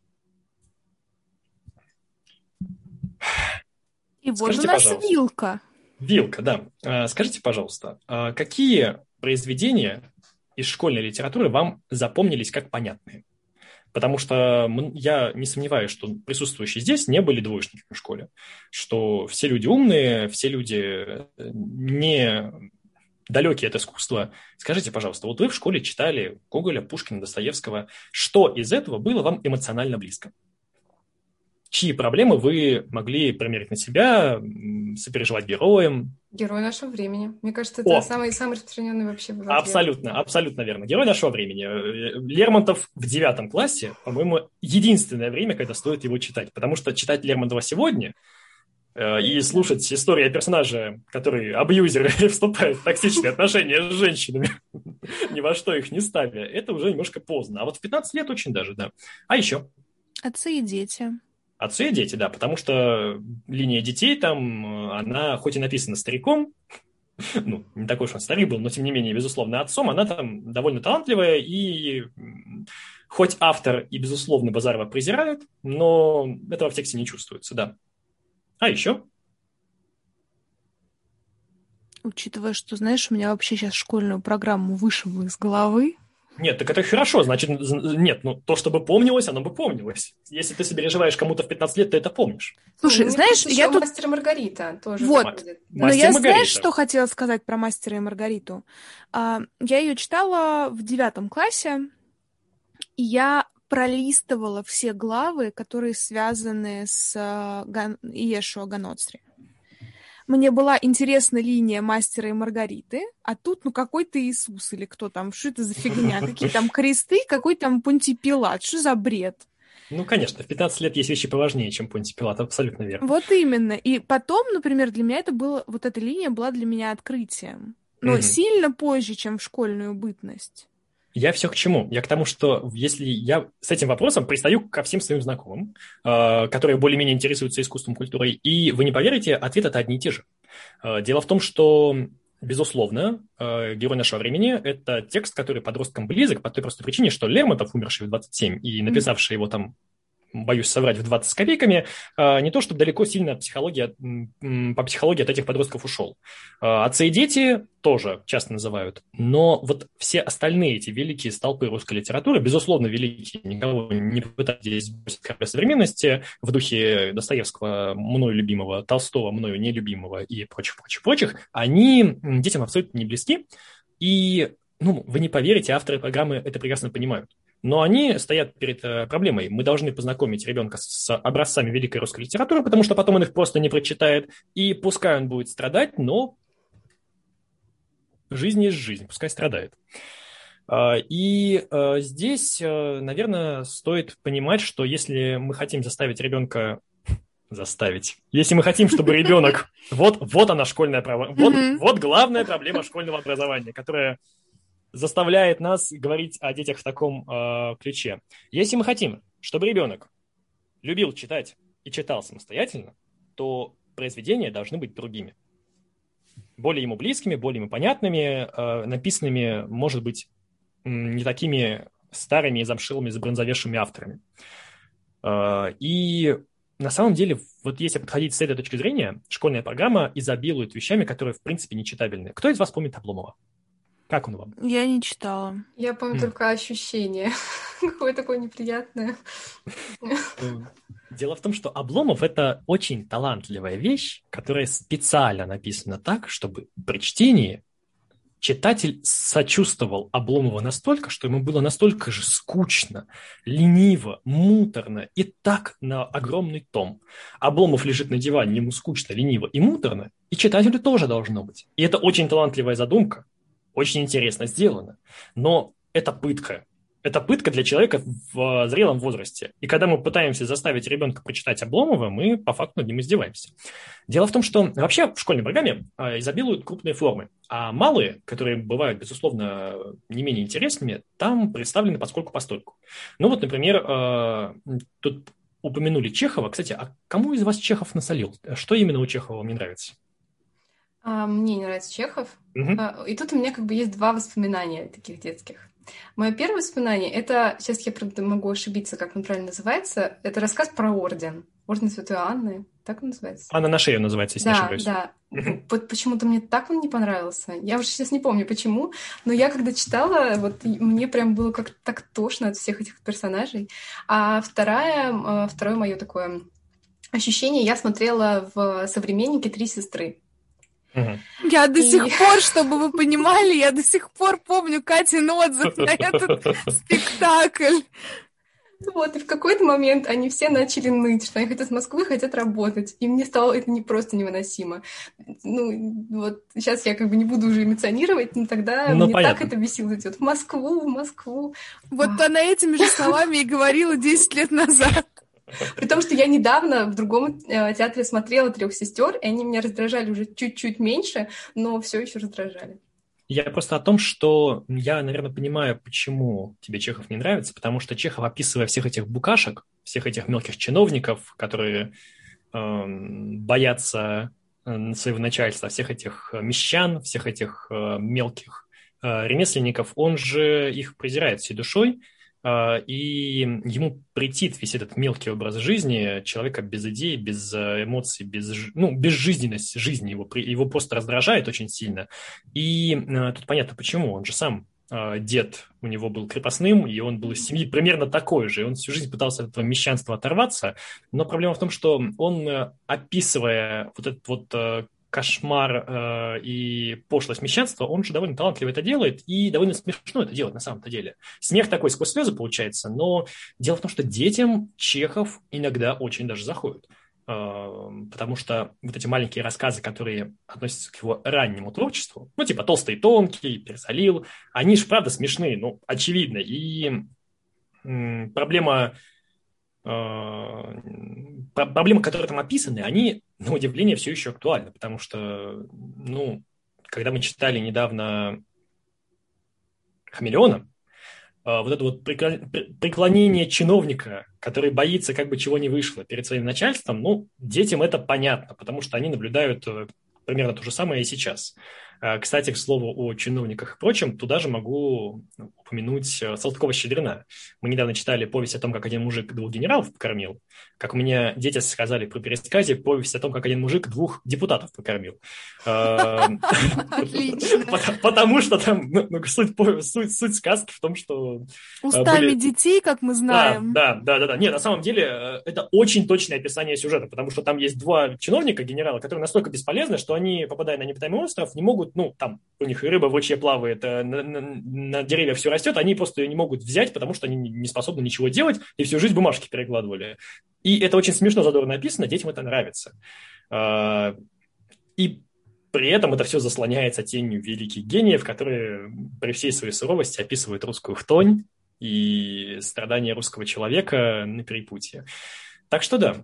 И вот у нас вилка. Вилка, да. Скажите, пожалуйста, какие произведения из школьной литературы вам запомнились как понятные? Потому что я не сомневаюсь, что присутствующие здесь не были двоечниками в школе, что все люди умные, все люди не далекие от искусства. Скажите, пожалуйста, вот вы в школе читали Гоголя, Пушкина, Достоевского. Что из этого было вам эмоционально близко? Чьи проблемы вы могли примерить на себя, сопереживать героям? Герой нашего времени. Мне кажется, это самый распространенный вообще ответ. Абсолютно верно. Герой нашего времени. Лермонтов в 9 классе, по-моему, единственное время, когда стоит его читать. Потому что читать Лермонтова сегодня и слушать историю персонажа, который абьюзер и вступает в токсичные отношения с женщинами, ни во что их не ставя, это уже немножко поздно. А вот в 15 лет очень даже, да. А еще? Отцы и дети. Отцы и дети, да, потому что линия детей там, она хоть и написана стариком, ну, не такой уж он старик был, но тем не менее, безусловно, отцом, она там довольно талантливая, и хоть автор и, безусловно, Базарова презирают, но этого в тексте не чувствуется, да. А еще? Учитывая, что, знаешь, у меня вообще сейчас школьную программу вышибло из головы. Нет, так это хорошо, значит, нет, ну, то, чтобы помнилось, оно бы помнилось. Если ты сопереживаешь кому-то в 15 лет, ты это помнишь. Слушай, знаешь, я тут... «Мастер и Маргарита» тоже вот, выходит. Но я, знаешь, что хотела сказать про «Мастера и Маргариту»? Я ее читала в 9 классе, и я пролистывала все главы, которые связаны с Иешуа Ганоцри. Мне была интересна линия «Мастера и Маргариты», а тут, какой-то Иисус или кто там, что это за фигня, какие там кресты, какой там Понтий Пилат, что за бред? Ну, конечно, в 15 лет есть вещи поважнее, чем Понтий Пилат, абсолютно верно. Вот именно. И потом, например, для меня это было, вот эта линия была для меня открытием. Но сильно позже, чем в школьную бытность. Я все к чему? Я к тому, что если я с этим вопросом пристаю ко всем своим знакомым, которые более-менее интересуются искусством, культурой, и вы не поверите, ответы-то одни и те же. Дело в том, что, безусловно, «Герой нашего времени» — это текст, который подросткам близок по той простой причине, что Лермонтов, умерший в 27 и написавший его там, боюсь соврать, в 20 с копейками, не то чтобы далеко сильно по психологии от этих подростков ушел. Отцы и дети тоже часто называют, но вот все остальные эти великие столпы русской литературы, безусловно, великие, никого не пытаюсь здесь бросить корабля современности, в духе Достоевского, мною любимого, Толстого, мною нелюбимого и прочих, они детям абсолютно не близки, и, вы не поверите, авторы программы это прекрасно понимают. Но они стоят перед проблемой. Мы должны познакомить ребенка с образцами великой русской литературы, потому что потом он их просто не прочитает. И пускай он будет страдать, но жизнь есть жизнь, пускай страдает. И здесь, наверное, стоит понимать, что если мы хотим заставить ребенка если мы хотим, чтобы ребенок... Вот она, школьная проблема. Вот главная проблема школьного образования, которая заставляет нас говорить о детях в таком ключе. Если мы хотим, чтобы ребенок любил читать и читал самостоятельно, то произведения должны быть другими. Более ему близкими, более ему понятными, написанными, может быть, не такими старыми и замшилыми, забронзовевшими авторами. И на самом деле, вот если подходить с этой точки зрения, школьная программа изобилует вещами, которые, в принципе, нечитабельны. Кто из вас помнит Обломова? Как он вам? Я не читала. Я помню только ощущение. Какое такое неприятное. Дело в том, что Обломов – это очень талантливая вещь, которая специально написана так, чтобы при чтении читатель сочувствовал Обломову настолько, что ему было настолько же скучно, лениво, муторно и так на огромный том. Обломов лежит на диване, ему скучно, лениво и муторно, и читателю тоже должно быть. И это очень талантливая задумка, очень интересно сделано, но это пытка. Это пытка для человека в зрелом возрасте. И когда мы пытаемся заставить ребенка прочитать Обломова, мы по факту над ним издеваемся. Дело в том, что вообще в школьной программе изобилуют крупные формы, а малые, которые бывают, безусловно, не менее интересными, там представлены поскольку-постольку. Ну вот, например, тут упомянули Чехова. Кстати, а кому из вас Чехов насолил? Что именно у Чехова мне нравится? Мне не нравится Чехов. Угу. И тут у меня как бы есть два воспоминания таких детских. Мое первое воспоминание — это, сейчас я, правда, могу ошибиться, как он правильно называется, это рассказ про орден. Орден Святой Анны, так он называется? Анна на шею называется, если не ошибаюсь. Да. Вот почему-то мне так он не понравился. Я уже сейчас не помню, почему, но я когда читала, вот мне прям было как-то так тошно от всех этих персонажей. А второе мое такое ощущение, я смотрела в «Современнике» «Три сестры». Я до сих пор, чтобы вы понимали, я до сих пор помню Катин отзыв на этот спектакль. Вот, и в какой-то момент они все начали ныть, что они хотят в Москву и хотят работать. И мне стало это просто невыносимо. Ну, вот сейчас я как бы не буду уже эмоционировать, но тогда мне понятно. Так это бесило. Идет в Москву. Вот она этими же словами и говорила 10 лет назад. При том, что я недавно в другом театре смотрела «Трех сестер», и они меня раздражали уже чуть-чуть меньше, но все еще раздражали. Я просто о том, что я, наверное, понимаю, почему тебе Чехов не нравится, потому что Чехов, описывая всех этих букашек, всех этих мелких чиновников, которые боятся своего начальства, всех этих мещан, всех этих мелких ремесленников, он же их презирает всей душой, и ему претит весь этот мелкий образ жизни человека без идей, без эмоций, безжизненность жизни его просто раздражает очень сильно. И тут понятно почему. Он же сам дед у него был крепостным, и он был из семьи примерно такой же. И он всю жизнь пытался от этого мещанства оторваться. Но проблема в том, что он, описывая вот этот вот кошмар и пошлость мещанства, он же довольно талантливо это делает и довольно смешно это делает на самом-то деле. Смех такой сквозь слезы получается, но дело в том, что детям Чехов иногда очень даже заходит. Потому что вот эти маленькие рассказы, которые относятся к его раннему творчеству, ну, типа «Толстый и тонкий», «Пересолил», они же, правда, смешные, ну, очевидно. И проблемы, которые там описаны, они, на удивление, все еще актуальны, потому что, ну, когда мы читали недавно «Хамелеона», вот это вот преклонение чиновника, который боится, как бы чего не вышло перед своим начальством, ну, детям это понятно, потому что они наблюдают примерно то же самое и сейчас. Кстати, к слову о чиновниках и прочем, туда же могу упомянуть Салтыкова-Щедрина. Мы недавно читали повесть о том, как один мужик двух генералов покормил. Как у меня дети сказали при пересказе, повесть о том, как один мужик двух депутатов покормил. Отлично. Потому что там суть сказки в том, что... Устами детей, как мы знаем. Да. Нет, на самом деле это очень точное описание сюжета, потому что там есть два чиновника, генерала, которые настолько бесполезны, что они, попадая на необитаемый остров, не могут, ну, там у них рыба в очье плавает, на деревьях все растет, они просто ее не могут взять, потому что они не способны ничего делать, и всю жизнь бумажки перекладывали. И это очень смешно, задорно написано, детям это нравится. И При этом это все заслоняется тенью великих гениев, которые при всей своей суровости описывают русскую хтонь и страдания русского человека на перепутье. Так что да.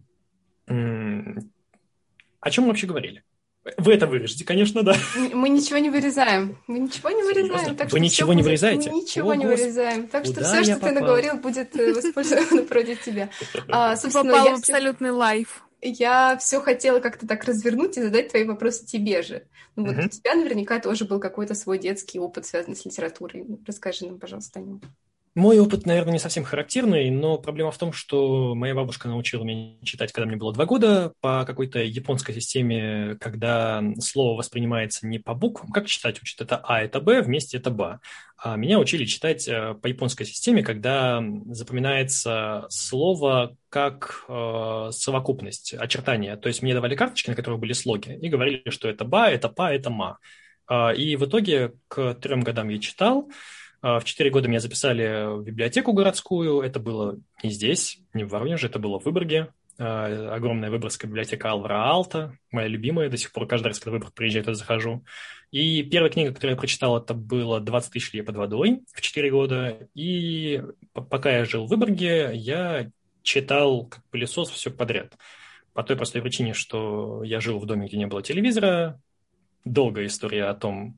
О чем мы вообще говорили? Вы это вырежете, конечно, да. Мы ничего не вырезаем. Мы ничего не вырезаем. Серьезно? Так Вы что ничего все не будет... вырезаете? Мы ничего О, не вырезаем. Так что куда все, я что ты попал? наговорил, будет использовано против тебя. Собственно, Попал в абсолютный лайф. я все хотела как-то так развернуть и задать твои вопросы тебе же. Ну вот у Мгм. тебя наверняка тоже был какой-то свой детский опыт, связанный с литературой. Расскажи нам, пожалуйста, о нем. Мой опыт, наверное, не совсем характерный, но проблема в том, что моя бабушка научила меня читать, когда мне было 2 года, по какой-то японской системе, когда слово воспринимается не по буквам. Как читать учат? Это А, это Б, вместе это Ба. А меня учили читать по японской системе, когда запоминается слово как совокупность, очертания. То есть мне давали карточки, на которых были слоги, и говорили, что это Ба, это Па, это Ма. И в итоге к 3 годам я читал. В 4 года меня записали в библиотеку городскую. Это было не здесь, не в Воронеже, это было в Выборге. Огромная выборгская библиотека Алвара Aalto, моя любимая. До сих пор каждый раз, когда в Выборг приезжаю, туда захожу. И первая книга, которую я прочитал, это было «20 тысяч лье под водой» в 4 года. И пока я жил в Выборге, я читал как пылесос все подряд. По той простой причине, что я жил в доме, где не было телевизора. Долгая история о том,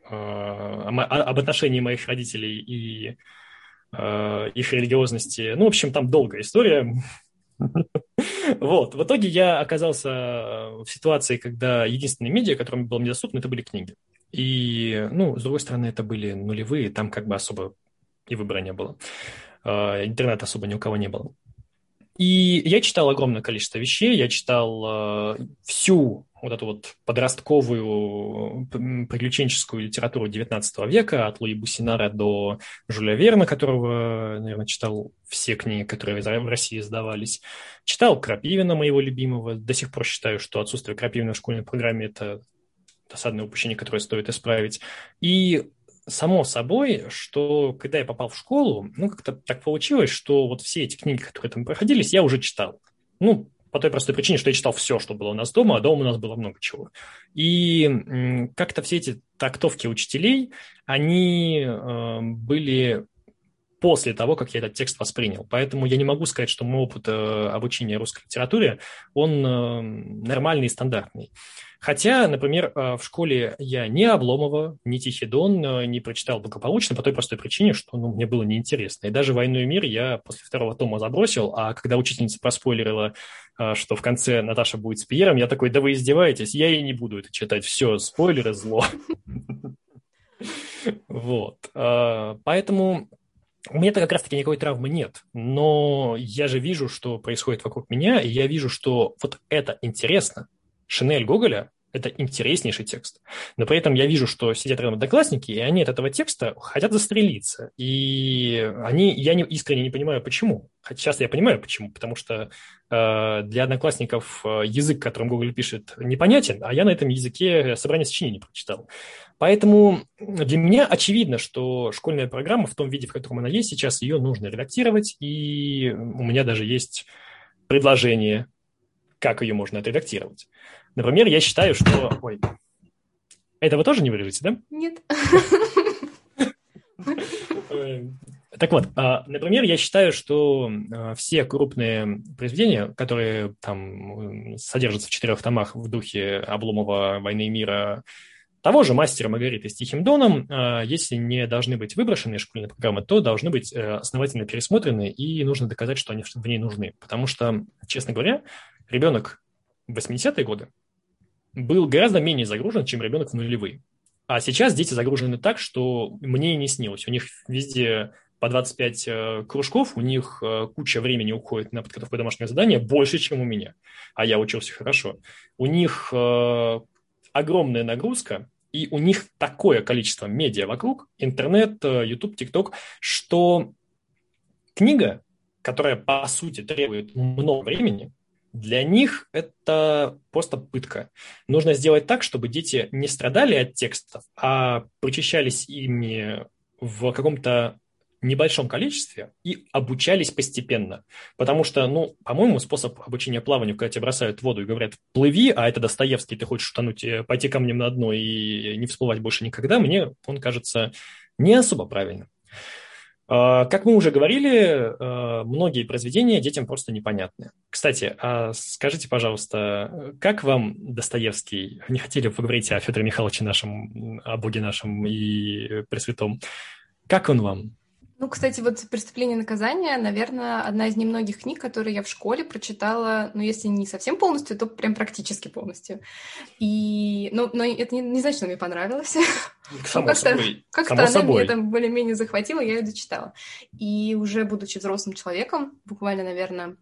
об отношении моих родителей и их религиозности. Ну, в общем, там долгая история. Вот. В итоге я оказался в ситуации, когда единственные медиа, которые было мне доступны, это были книги. И, ну, с другой стороны, это были нулевые, там как бы особо и выбора не было. Интернета особо ни у кого не было. И я читал огромное количество вещей, я читал всю вот эту вот подростковую приключенческую литературу XIX века, от Луи Буссинара до Жюля Верна, которого, наверное, читал все книги, которые в России издавались. Читал Крапивина, моего любимого. До сих пор считаю, что отсутствие Крапивина в школьной программе – это досадное упущение, которое стоит исправить. И само собой, что когда я попал в школу, ну, как-то так получилось, что вот все эти книги, которые там проходились, я уже читал. Ну, по той простой причине, что я читал все, что было у нас дома, а дома у нас было много чего. И как-то все эти трактовки учителей, они были после того, как я этот текст воспринял. Поэтому я не могу сказать, что мой опыт обучения русской литературе, он нормальный и стандартный. Хотя, например, в школе я ни Обломова, ни Тихий-Дон не прочитал благополучно по той простой причине, что мне было неинтересно. И даже «Войну и мир» я после 2-го тома забросил, а когда учительница проспойлерила, что в конце Наташа будет с Пьером, я такой: да вы издеваетесь, я и не буду это читать. Все, спойлеры, зло. Вот. Поэтому у меня-то как раз-таки никакой травмы нет, но я же вижу, что происходит вокруг меня, и я вижу, что вот это интересно. Шинель Гоголя – это интереснейший текст. Но при этом я вижу, что сидят рядом одноклассники, и они от этого текста хотят застрелиться. И я искренне не понимаю, почему. Хотя сейчас я понимаю, почему. Потому что для одноклассников язык, которым Гоголь пишет, непонятен, а я на этом языке собрание сочинений прочитал. Поэтому для меня очевидно, что школьная программа в том виде, в котором она есть сейчас, ее нужно редактировать. И у меня даже есть предложение, как ее можно отредактировать. Например, я считаю, что... Ой, это вы тоже не вырежете, да? Нет. Так вот, например, я считаю, что все крупные произведения, которые там содержатся в 4 томах в духе Обломова, «Войны и мира», того же «Мастера Маргариты» с Тихим Доном, если не должны быть выброшены из школьной программы, то должны быть основательно пересмотрены, и нужно доказать, что они в ней нужны. Потому что, честно говоря, ребенок в 80-е годы был гораздо менее загружен, чем ребенок в нулевые. А сейчас дети загружены так, что мне и не снилось. У них везде по 25 кружков, у них куча времени уходит на подготовку домашнего задания, больше, чем у меня. А я учился хорошо. У них огромная нагрузка, и у них такое количество медиа вокруг, интернет, YouTube, TikTok, что книга, которая, по сути, требует много времени, для них это просто пытка. Нужно сделать так, чтобы дети не страдали от текстов, а прочищались ими в каком-то небольшом количестве и обучались постепенно. Потому что, ну, по-моему, способ обучения плаванию, когда тебя бросают в воду и говорят «плыви», а это Достоевский, ты хочешь утонуть, пойти камнем на дно и не всплывать больше никогда, мне он кажется не особо правильным. Как мы уже говорили, многие произведения детям просто непонятны. Кстати, скажите, пожалуйста, как вам Достоевский? Не хотели бы поговорить о Федоре Михайловиче нашем, о Боге нашем и Пресвятом. Как он вам? Ну, кстати, вот «Преступление и наказание», наверное, одна из немногих книг, которые я в школе прочитала, ну, если не совсем полностью, то прям практически полностью. Но это не значит, что мне понравилось. Само собой. Как-то она меня там более-менее захватила, я ее дочитала. И уже будучи взрослым человеком, буквально, наверное,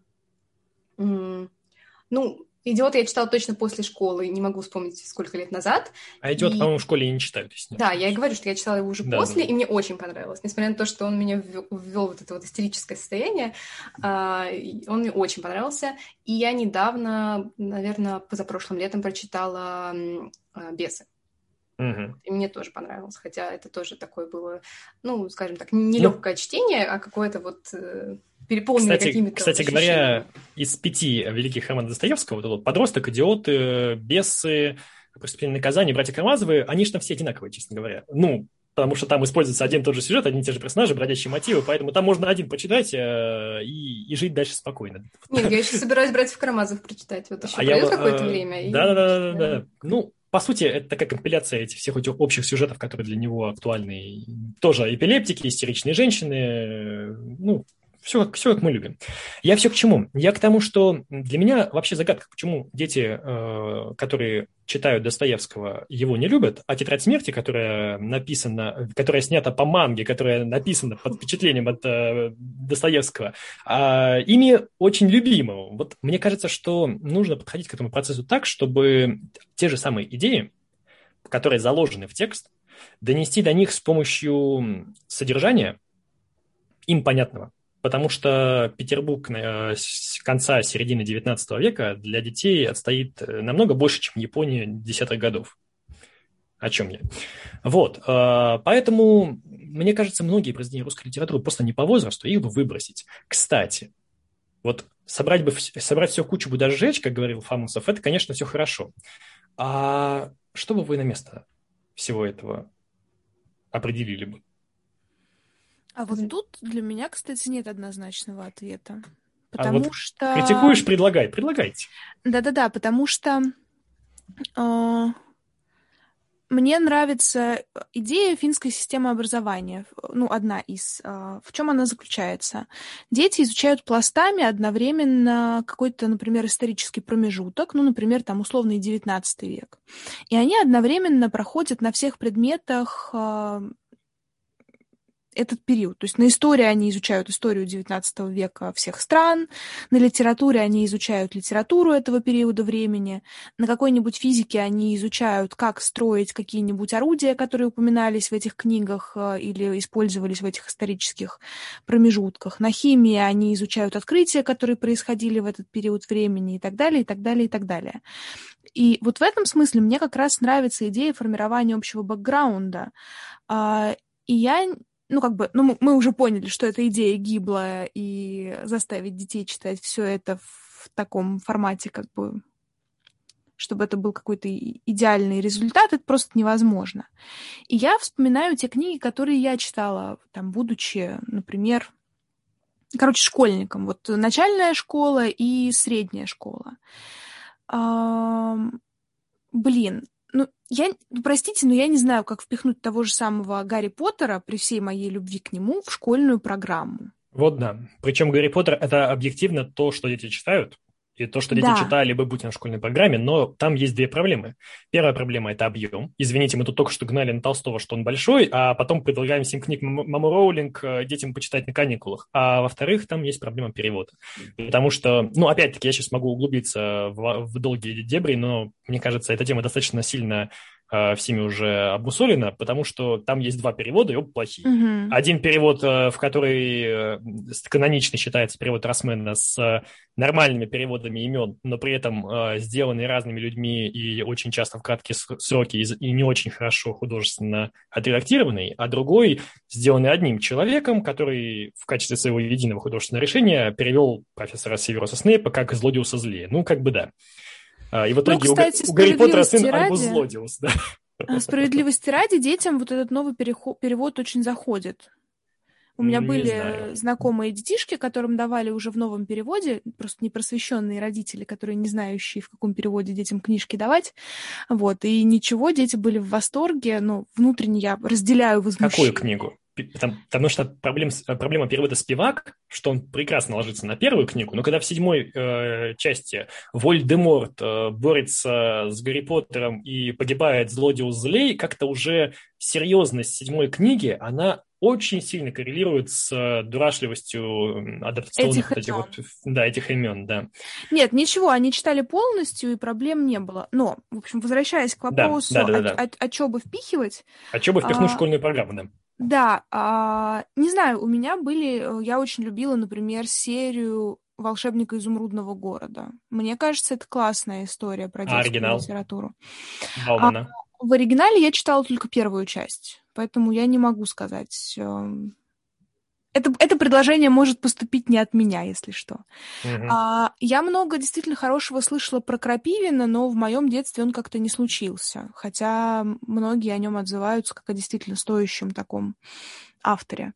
«Идиота» я читала точно после школы, не могу вспомнить, сколько лет назад. А «Идиота», по-моему, в школе я не читаю. Да, я и говорю, что я читала его уже после, и мне очень понравилось. Несмотря на то, что он меня ввел в вот это вот истерическое состояние, он мне очень понравился. И я недавно, наверное, позапрошлым летом прочитала «Бесы». Угу. И мне тоже понравилось, хотя это тоже такое было, ну, скажем так, не легкое чтение, а какое-то вот переполненное какими-то Кстати говоря, из 5 великих романов Достоевского, вот «Подросток», «Идиот», «Бесы», «Преступление и наказание», «Братья Карамазовы», они же там все одинаковые, честно говоря. Ну, потому что там используется один и тот же сюжет, одни и те же персонажи, бродячие мотивы, поэтому там можно один почитать и жить дальше спокойно. Нет, я еще собираюсь «Братьев Карамазовых» прочитать. Вот еще пройдет какое-то время. Да. Ну, по сути, это такая компиляция этих всех этих общих сюжетов, которые для него актуальны. Тоже эпилептики, истеричные женщины, ну, все, как мы любим. Я все к чему? Я к тому, что для меня вообще загадка, почему дети, которые читают Достоевского, его не любят, а «Тетрадь смерти», которая снята по манге, которая написана под впечатлением от Достоевского, ими очень любима. Вот мне кажется, что нужно подходить к этому процессу так, чтобы те же самые идеи, которые заложены в текст, донести до них с помощью содержания им понятного. Потому что Петербург с конца середины XIX века для детей отстоит намного больше, чем Япония десятых годов. О чем я? Вот. Поэтому, мне кажется, многие произведения русской литературы просто не по возрасту, их бы выбросить. Кстати, вот собрать все в кучу бы даже сжечь, как говорил Фамусов, это, конечно, все хорошо. А что бы вы на место всего этого определили бы? А вот тут для меня, кстати, нет однозначного ответа. Потому что... Критикуешь, предлагайте. Да-да-да, потому что мне нравится идея финской системы образования. Ну, одна из. В чем она заключается? Дети изучают пластами одновременно какой-то, например, исторический промежуток, ну, например, там условный XIX век. И они одновременно проходят на всех предметах этот период. То есть на истории они изучают историю XIX века всех стран, на литературе они изучают литературу этого периода времени, на какой-нибудь физике они изучают, как строить какие-нибудь орудия, которые упоминались в этих книгах или использовались в этих исторических промежутках. На химии они изучают открытия, которые происходили в этот период времени и так далее, и так далее, и так далее. И вот в этом смысле мне как раз нравится идея формирования общего бэкграунда. И мы уже поняли, что эта идея гиблая, и заставить детей читать все это в таком формате, чтобы это был какой-то идеальный результат, это просто невозможно. И я вспоминаю те книги, которые я читала, там, будучи, например, школьником. Вот начальная школа и средняя школа. Простите, но я не знаю, как впихнуть того же самого Гарри Поттера при всей моей любви к нему в школьную программу. Вот да. Причем Гарри Поттер – это объективно то, что дети читают, и то, что дети читали бы, будь на школьной программе, но там есть две проблемы. Первая проблема – это объем. Извините, мы тут только что гнали на Толстого, что он большой, а потом предлагаем 7 книг Мамы Роулинг детям почитать на каникулах. А во-вторых, там есть проблема перевода. Потому что, опять-таки, я сейчас могу углубиться в долгие дебри, но, мне кажется, эта тема достаточно сильно всеми уже обмусолено, потому что там есть два перевода, и оба плохие. Мгм. Один перевод, в который каноничный считается перевод Росмена с нормальными переводами имен, но при этом сделанный разными людьми и очень часто в краткие сроки и не очень хорошо художественно отредактированный, а другой сделанный одним человеком, который в качестве своего единого художественного решения перевел профессора Северуса Снейпа как «Злодиуса злее». Ну, как бы да. И в Ну, итоге кстати, у Гарри Поттера сын справедливости Альбус ради, Злодиус, да. справедливости ради, детям вот этот новый перевод очень заходит. У меня Не были знаю. знакомые детишки, которым давали уже в новом переводе, просто непросвещенные родители, которые не знающие, в каком переводе детям книжки давать. Вот, и ничего, дети были в восторге, но внутренне я разделяю Какую возмущение. книгу? Потому что проблема перевода «Спивак», что он прекрасно ложится на первую книгу, но когда в седьмой части Вольдеморт борется с Гарри Поттером и погибает злодеус злей, как-то уже серьезность седьмой книги, она очень сильно коррелирует с дурашливостью адаптационных Этих вот этих вот, да, этих имен, да. Нет, ничего, они читали полностью, и проблем не было. Но, в общем, возвращаясь к Да, вопросу, да, да, да. что бы впихивать, А что бы впихнуть в а, школьную программу, да? да, не знаю, у меня я очень любила, например, серию «Волшебника изумрудного города». Мне кажется, это классная история про А детскую оригинал литературу. А Баумана? в оригинале я читала только первую часть, поэтому я не могу сказать. Это предложение может поступить не от меня, если что. Угу. Я много действительно хорошего слышала про Крапивина, но в моем детстве он как-то не случился. Хотя многие о нем отзываются как о действительно стоящем таком авторе.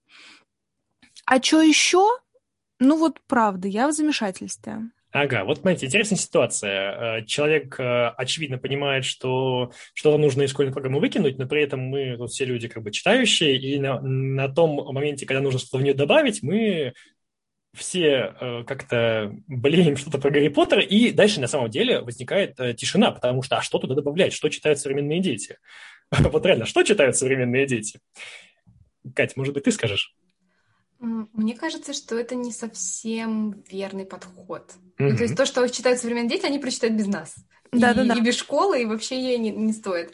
А что еще? Ну вот правда, я в замешательстве. Ага, вот смотрите, интересная ситуация. Человек, очевидно, понимает, что что-то нужно из школьной программы выкинуть, но при этом мы тут все люди как бы читающие, и на том моменте, когда нужно что-то в нее добавить, мы все как-то блеем что-то про Гарри Поттера, и дальше на самом деле возникает тишина, потому что а что туда добавлять, что читают современные дети? Вот реально, что читают современные дети? Кать, может быть, ты скажешь? Мне кажется, что это не совсем верный подход. Ну, то есть Угу. то, что читают современные дети, они прочитают без нас. Да-да-да. И без школы, и вообще ей не стоит.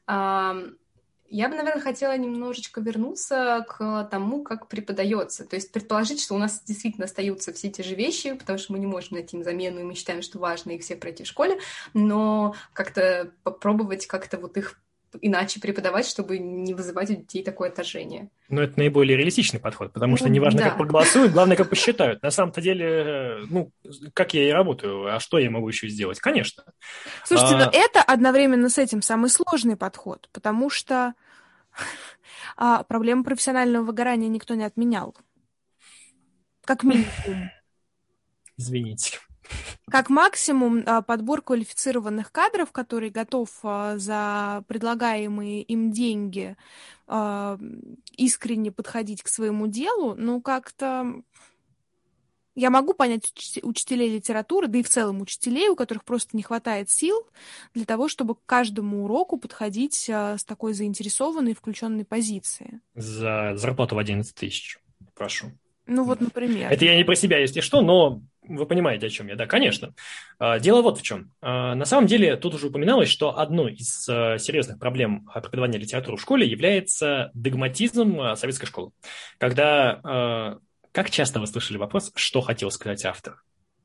Я бы, наверное, хотела немножечко вернуться к тому, как преподается. То есть предположить, что у нас действительно остаются все те же вещи, потому что мы не можем найти им замену, и мы считаем, что важно их все пройти в школе, но как-то попробовать как-то вот их иначе преподавать, чтобы не вызывать у детей такое отторжение. Но это наиболее реалистичный подход, потому что Ну, неважно, как да. проголосуют, главное, как посчитают. На самом-то деле, ну, как я и работаю, а что я могу еще сделать? Конечно. Слушайте, но это одновременно с этим самый сложный подход, потому что проблему профессионального выгорания никто не отменял. Как минимум. Извините. Как максимум подбор квалифицированных кадров, который готов за предлагаемые им деньги искренне подходить к своему делу, ну как-то я могу понять учителей литературы, да и в целом учителей, у которых просто не хватает сил для того, чтобы к каждому уроку подходить с такой заинтересованной, включенной позиции. За зарплату в 11 тысяч. Прошу. Ну вот, например. Это я не про себя, если что, но вы понимаете, о чем я. Да, конечно. Дело вот в чем. На самом деле, тут уже упоминалось, что одной из серьезных проблем преподавания литературы в школе является догматизм советской школы. Когда, как часто вы слышали вопрос, что хотел сказать автор?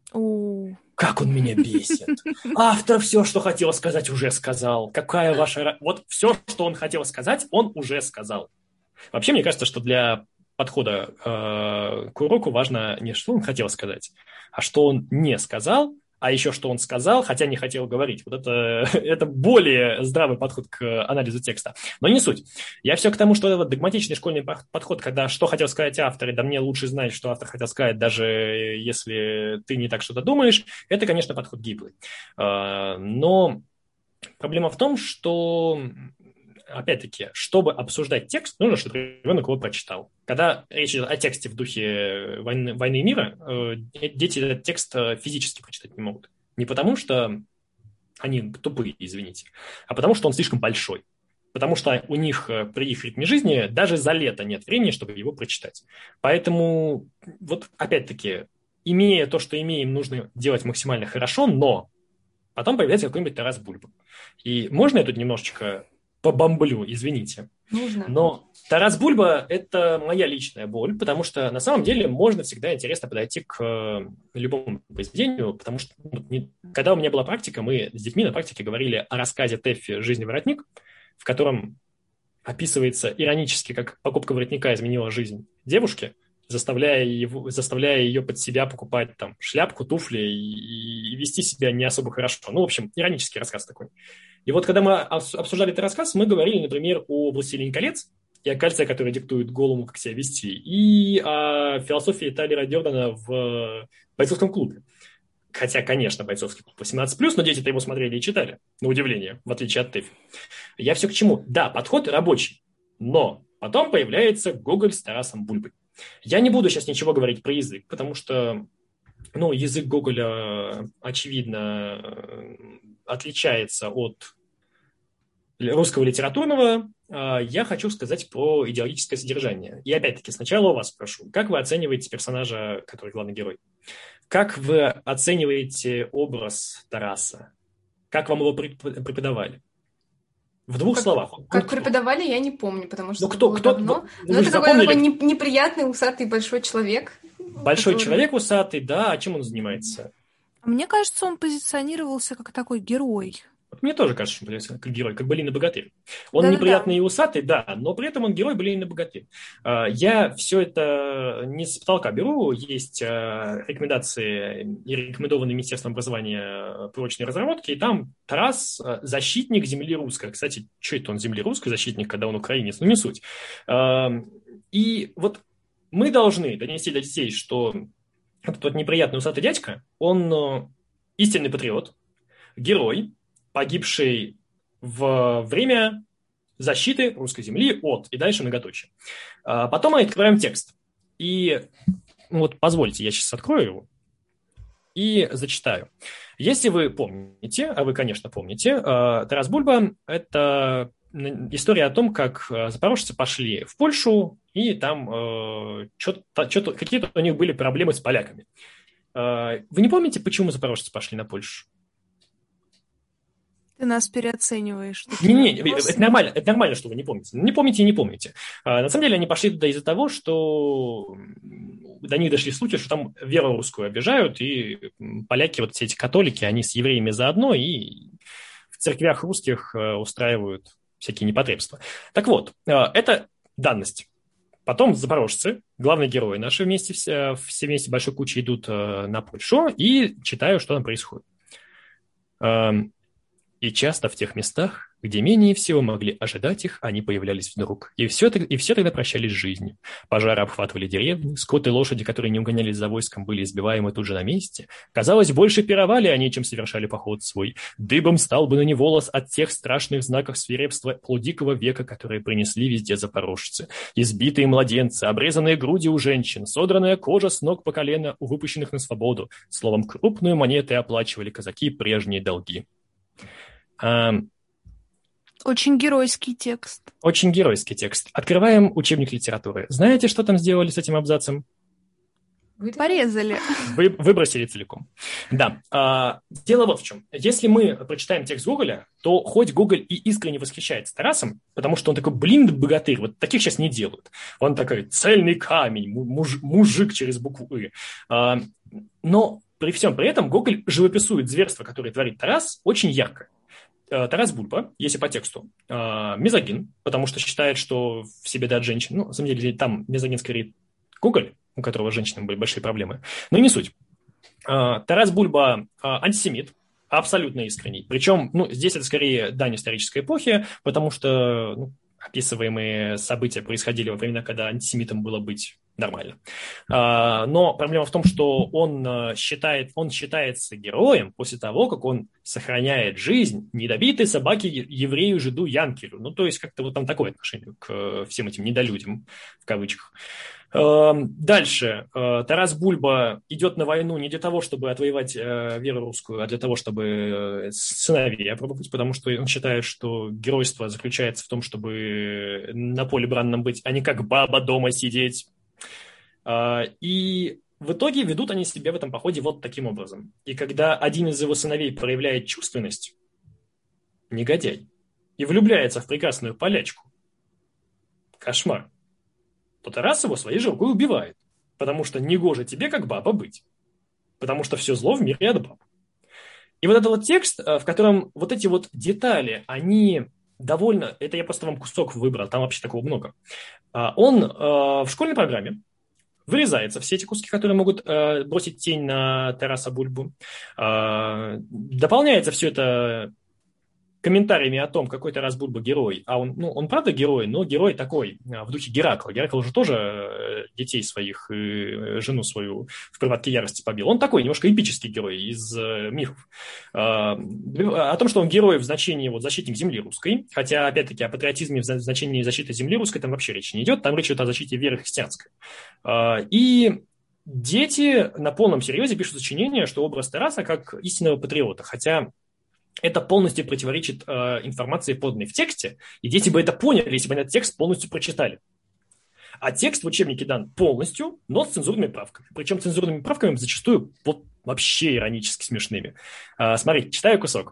Как он меня бесит. Автор все, что хотел сказать, уже сказал. Какая ваша... Вот все, что он хотел сказать, он уже сказал. Вообще, мне кажется, что для подхода к уроку важно не что он хотел сказать, а что он не сказал, а еще что он сказал, хотя не хотел говорить. Вот это более здравый подход к анализу текста. Но не суть. Я все к тому, что это догматичный школьный подход, когда что хотел сказать автор, и да мне лучше знать, что автор хотел сказать, даже если ты не так что-то думаешь, это, конечно, подход гиблый. Но проблема в том, что опять-таки, чтобы обсуждать текст, нужно, чтобы ребенок его прочитал. Когда речь идет о тексте в духе «Войны и мира», дети этот текст физически прочитать не могут. Не потому, что они тупые, извините, а потому, что он слишком большой. Потому что у них при их ритме жизни даже за лето нет времени, чтобы его прочитать. Поэтому, вот опять-таки, имея то, что имеем, нужно делать максимально хорошо, но потом появляется какой-нибудь Тарас Бульба. И можно я тут немножечко побомблю, извините. Нужно. Но Тарас Бульба – это моя личная боль, потому что на самом деле можно всегда интересно подойти к любому произведению, потому что когда у меня была практика, мы с детьми на практике говорили о рассказе Тэффи «Жизнь и воротник», в котором описывается иронически, как покупка воротника изменила жизнь девушки, заставляя ее под себя покупать там шляпку, туфли и вести себя не особо хорошо. Ну, в общем, иронический рассказ такой. И вот когда мы обсуждали этот рассказ, мы говорили, например, о «Властелине колец» и о кольце, которое диктует Голлуму, как себя вести, и о философии Тайлера Дёрдена в «Бойцовском клубе». Хотя, конечно, «Бойцовский клуб» 18+, но дети-то его смотрели и читали, на удивление, в отличие от Тэффи. Я все к чему? Да, подход рабочий, но потом появляется Гоголь с Тарасом Бульбой. Я не буду сейчас ничего говорить про язык, потому что язык Гоголя, очевидно, отличается от русского литературного. Я хочу сказать про идеологическое содержание. И опять-таки сначала у вас спрошу, как вы оцениваете персонажа, который главный герой? Как вы оцениваете образ Тараса? Как вам его преподавали? В двух словах. Как преподавали, я не помню, потому что это было давно. Но это такой неприятный, усатый, большой человек. Большой человек усатый, да. А чем он занимается? Мне кажется, он позиционировался как такой герой. Мне тоже кажется, что он позиционировался как герой, как Былин и Богатырь. Он неприятный и усатый, да, но при этом он герой Былин и Богатырь. Я все это не с потолка беру. Есть рекомендации, рекомендованные Министерством образования прочной разработки, и там Тарас – защитник земли русской. Кстати, что это он земли русской защитник, когда он украинец? Ну, не суть. И вот мы должны донести до детей, что этот вот неприятный усатый дядька, он истинный патриот, герой, погибший в время защиты русской земли от, и дальше многоточие. Потом мы открываем текст. И вот позвольте, я сейчас открою его и зачитаю. Если вы помните, а вы, конечно, помните, Тарас Бульба – это история о том, как запорожцы пошли в Польшу, и там какие-то у них были проблемы с поляками. Вы не помните, почему запорожцы пошли на Польшу? Ты нас переоцениваешь. Не, это нормально, что вы не помните. Не помните и не помните. На самом деле они пошли туда из-за того, что до них дошли слухи, что там веру русскую обижают, и поляки, вот все эти католики, они с евреями заодно, и в церквях русских устраивают всякие непотребства. Так вот, это данность. Потом запорожцы, главные герои наши все вместе большой кучей идут на Польшу, и читаю, что там происходит. И часто в тех местах, где менее всего могли ожидать их, они появлялись вдруг. И все тогда прощались с жизнью. Пожары обхватывали деревни, скот и лошади, которые не угонялись за войском, были избиваемы тут же на месте. Казалось, больше пировали они, чем совершали поход свой. Дыбом стал бы на не волос от тех страшных знаков свирепства полудикого века, которые принесли везде запорожцы. Избитые младенцы, обрезанные груди у женщин, содранная кожа с ног по колено у выпущенных на свободу. Словом, крупную монетой оплачивали казаки прежние долги. Очень геройский текст. Очень геройский текст. Открываем учебник литературы. Знаете, что там сделали с этим абзацем? Порезали. Выбросили целиком. Да. Дело вот в чем. Если мы прочитаем текст Гоголя, то хоть Гоголь и искренне восхищается Тарасом, потому что он такой, богатырь, вот таких сейчас не делают. Он такой цельный камень, мужик через букву «ы». Но при всем при этом Гоголь живописует зверство, которое творит Тарас, очень ярко. Тарас Бульба, если по тексту, мизогин, потому что считает, что в себе дать женщин, на самом деле там мизогин скорее Гоголь, у которого с женщинами были большие проблемы, но не суть. Тарас Бульба антисемит, абсолютно искренний. Причем, здесь это скорее дань исторической эпохи, потому что описываемые события происходили во времена, когда антисемитом было быть нормально. Но проблема в том, что он считается героем после того, как он сохраняет жизнь недобитой собаке еврею, жиду, янкелю. То есть как-то вот там такое отношение к всем этим недолюдям, в кавычках. Дальше. Тарас Бульба идет на войну не для того, чтобы отвоевать веру русскую, а для того, чтобы сыновей опробовать, потому что он считает, что геройство заключается в том, чтобы на поле бранном быть, а не как баба дома сидеть. И в итоге ведут они себя в этом походе вот таким образом. И когда один из его сыновей проявляет чувственность, негодяй, и влюбляется в прекрасную полячку, кошмар, то Тарас его своей же рукой убивает, потому что негоже тебе, как баба, быть, потому что все зло в мире от баб. И вот этот вот текст, в котором вот эти вот детали, они довольно... Это я просто вам кусок выбрал, там вообще такого много. Он в школьной программе вырезается, все эти куски, которые могут бросить тень на Тараса Бульбу. Дополняется все это комментариями о том, какой Тарас Бульба герой. А он правда герой, но герой такой, в духе Геракла. Геракл же тоже детей своих и жену свою в припадке ярости побил. Он такой немножко эпический герой из мифов. О том, что он герой в значении вот, защитник земли русской, хотя, опять-таки, о патриотизме в значении защиты земли русской там вообще речи не идет, там речь идет о защите веры христианской. И дети на полном серьезе пишут сочинение, что образ Тараса как истинного патриота, хотя это полностью противоречит информации, поданной в тексте, и дети бы это поняли, если бы этот текст полностью прочитали. А текст в учебнике дан полностью, но с цензурными правками. Причем цензурными правками зачастую вот, вообще иронически смешными. Смотрите, читаю кусок.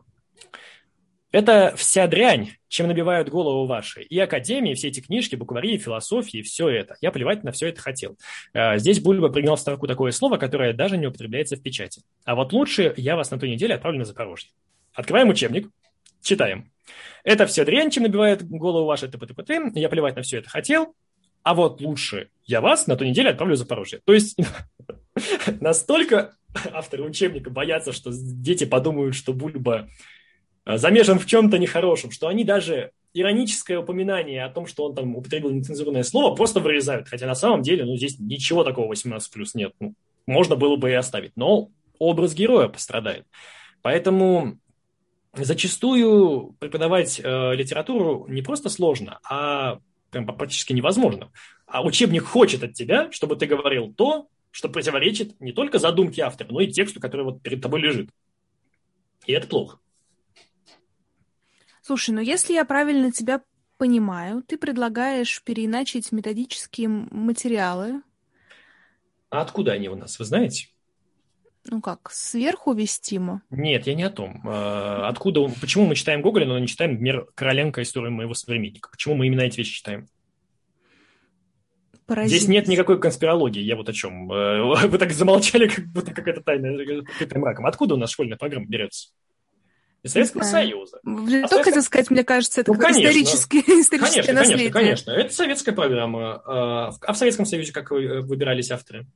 Это вся дрянь, чем набивают голову ваши. И академии, все эти книжки, буквари, философии, все это. Я плевать на все это хотел. Здесь Бульба пригнал в строку такое слово, которое даже не употребляется в печати. А вот лучше я вас на той неделе отправлю на Запорожье. Открываем учебник, читаем. Это все дрянь, чем набивает голову ваши ТП-ТП. Я плевать на все это хотел. А вот лучше я вас на той неделе отправлю в Запорожье. То есть настолько авторы учебника боятся, что дети подумают, что Бульба замешан в чем-то нехорошем, что они даже ироническое упоминание о том, что он там употребил нецензурное слово, просто вырезают. Хотя на самом деле здесь ничего такого 18+ нет. Можно было бы и оставить. Но образ героя пострадает. Поэтому зачастую преподавать литературу не просто сложно, а прям практически невозможно. А учебник хочет от тебя, чтобы ты говорил то, что противоречит не только задумке автора, но и тексту, который вот перед тобой лежит. И это плохо. Слушай, ну если я правильно тебя понимаю, ты предлагаешь переиначить методические материалы. А откуда они у нас, вы знаете? Ну как, сверху вестимо? Нет, я не о том. Откуда, почему мы читаем Гоголя, но не читаем, например, Короленко, историю моего современника? Почему мы именно эти вещи читаем? Паразит. Здесь нет никакой конспирологии, я вот о чем. Вы так замолчали, как будто какая-то тайна покрытая мраком. Откуда у нас школьная программа берется? Из Советского Союза. Я только хотел сказать, мне кажется, это историческое наследие. Конечно. Это советская программа. А в Советском Союзе как выбирались авторы?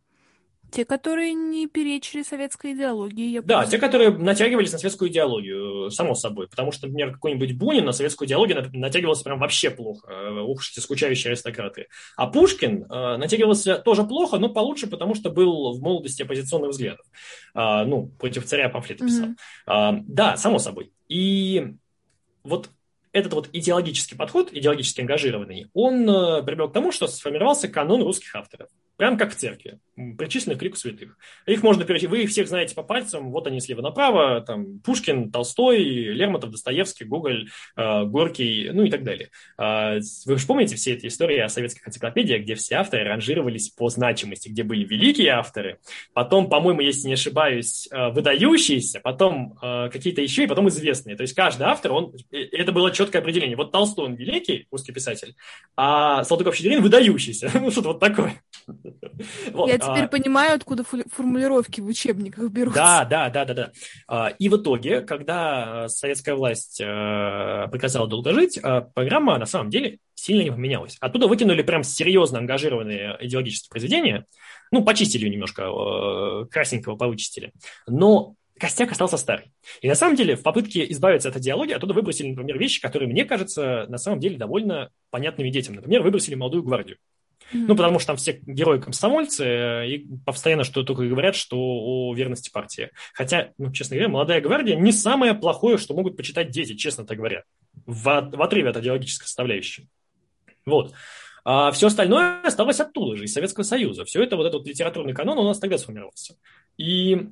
Те, которые не перечили советской идеологии. Да, те, которые натягивались на советскую идеологию, само собой. Потому что, например, какой-нибудь Бунин на советскую идеологию натягивался прям вообще плохо. Ух, эти скучающие аристократы. А Пушкин натягивался тоже плохо, но получше, потому что был в молодости оппозиционных взглядов. Против царя памфлеты писал. Да, само собой. И вот этот вот идеологический подход, идеологически ангажированный, он привел к тому, что сформировался канон русских авторов. Прям как в церкви, причисленных к лику святых. Их можно перечислить, вы их всех знаете по пальцам, вот они слева направо, там Пушкин, Толстой, Лермонтов, Достоевский, Гоголь, Горький, ну и так далее. Вы же помните все эти истории о советских энциклопедиях, где все авторы ранжировались по значимости, где были великие авторы, потом, по-моему, если не ошибаюсь, выдающиеся, потом какие-то еще, и потом известные. То есть каждый автор, это было четкое определение. Вот Толстой, он великий русский писатель, а Салтыков-Щедрин выдающийся. Ну, что-то вот такое. Вот, я теперь понимаю, откуда формулировки в учебниках берутся. Да. И в итоге, когда советская власть приказала долго жить, программа на самом деле сильно не поменялась. Оттуда вытянули прям серьезно ангажированные идеологические произведения. Почистили ее немножко, красненького повычистили. Но костяк остался старый. И на самом деле в попытке избавиться от идеологии оттуда выбросили, например, вещи, которые, мне кажется, на самом деле довольно понятными детям. Например, выбросили «Молодую гвардию». Потому что там все герои-комсомольцы и постоянно что только и говорят, что о верности партии. Хотя, честно говоря, «Молодая гвардия» не самое плохое, что могут почитать дети, честно так говоря, в отрыве от идеологической составляющей. Вот. А все остальное осталось оттуда же, из Советского Союза. Все это, вот этот литературный канон у нас тогда сформировался. И,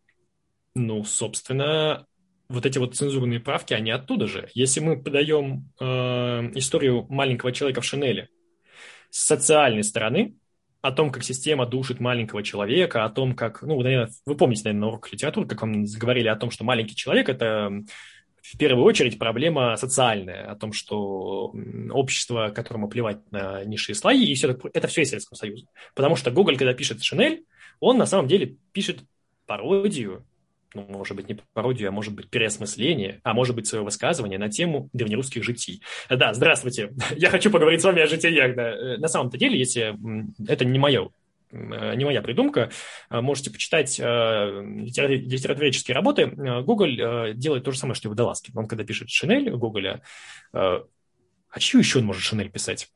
собственно, вот эти вот цензурные правки, они оттуда же. Если мы подаем историю маленького человека в шинели с социальной стороны, о том, как система душит маленького человека, о том, как, вы помните, наверное, на уроках литературы, как вам говорили о том, что маленький человек – это в первую очередь проблема социальная, о том, что общество, которому плевать на низшие слои, и все это все из Советского Союза. Потому что Гоголь, когда пишет «Шинель», он на самом деле пишет пародию, ну, может быть, не пародию, а может быть, переосмысление, а может быть, свое высказывание на тему древнерусских житий. Да, здравствуйте, я хочу поговорить с вами о житиях. Да. На самом-то деле, если это не моя придумка, можете почитать литературоведческие работы. Гоголь делает то же самое, что и Водолазкин. Он, когда пишет «Шинель» Гоголя, а чью еще он может «Шинель» писать?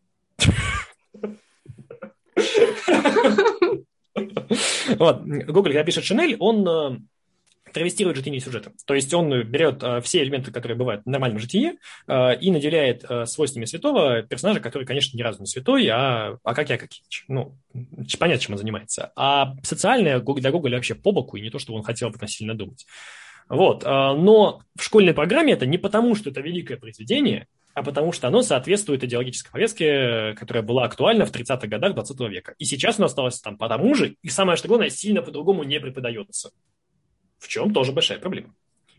Вот. Гоголь, когда пишет «Шинель», он травестирует житийные сюжеты. То есть он берет все элементы, которые бывают в нормальном житии, и наделяет свойствами святого персонажа, который, конечно, ни разу не святой, а как Акакевич. Ну, понятно, чем он занимается. А социальное для Гоголя вообще по боку, и не то, что он хотел бы насильно думать. Вот. Но в школьной программе это не потому, что это великое произведение, а потому что оно соответствует идеологической повестке, которая была актуальна в 30-х годах 20 века. И сейчас оно осталось там потому же, и самое что главное, сильно по-другому не преподается. В чем тоже большая проблема.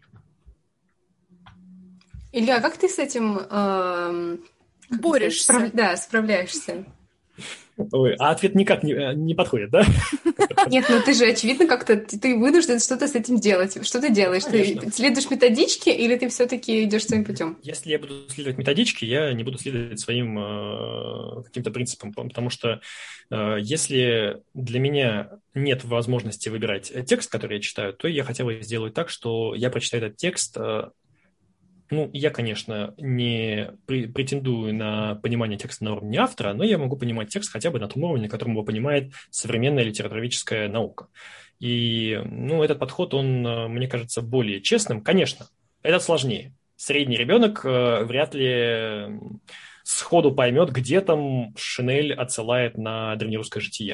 Илья, как ты с этим борешься? Справляешься? Ой, а ответ никак не подходит, да? Нет, ну ты же, очевидно, как-то ты вынужден что-то с этим делать. Что ты делаешь? Конечно. Ты следуешь методичке или ты все-таки идешь своим путем? Если я буду следовать методичке, я не буду следовать своим каким-то принципам, потому что если для меня нет возможности выбирать текст, который я читаю, то я хотя бы сделаю так, что я прочитаю этот текст. Ну, я, конечно, не претендую на понимание текста на уровне автора, но я могу понимать текст хотя бы на том уровне, на котором его понимает современная литературоведческая наука. И, ну, этот подход, он, мне кажется, более честным. Конечно, это сложнее. Средний ребенок вряд ли сходу поймет, где там Шинель отсылает на древнерусское житие.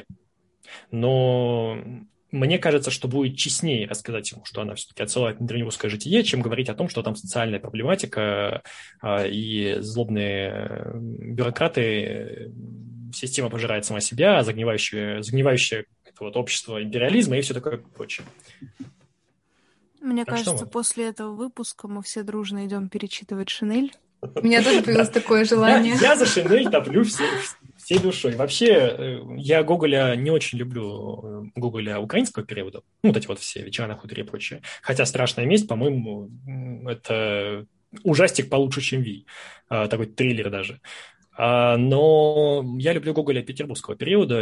Но мне кажется, что будет честнее рассказать ему, что она все-таки отсылает на древнерусское житие, чем говорить о том, что там социальная проблематика и злобные бюрократы, система пожирает сама себя, загнивающее это вот общество империализма и все такое прочее. Мне кажется, после этого выпуска мы все дружно идем перечитывать «Шинель». У меня тоже появилось такое желание. Я за «Шинель» топлю всей душой. Вообще, я Гоголя не очень люблю, Гоголя украинского периода. Ну, вот эти вот все «Вечера на хуторе» и прочее. Хотя «Страшная месть», по-моему, это ужастик получше, чем «Вий». Такой триллер даже. Но я люблю Гоголя петербургского периода,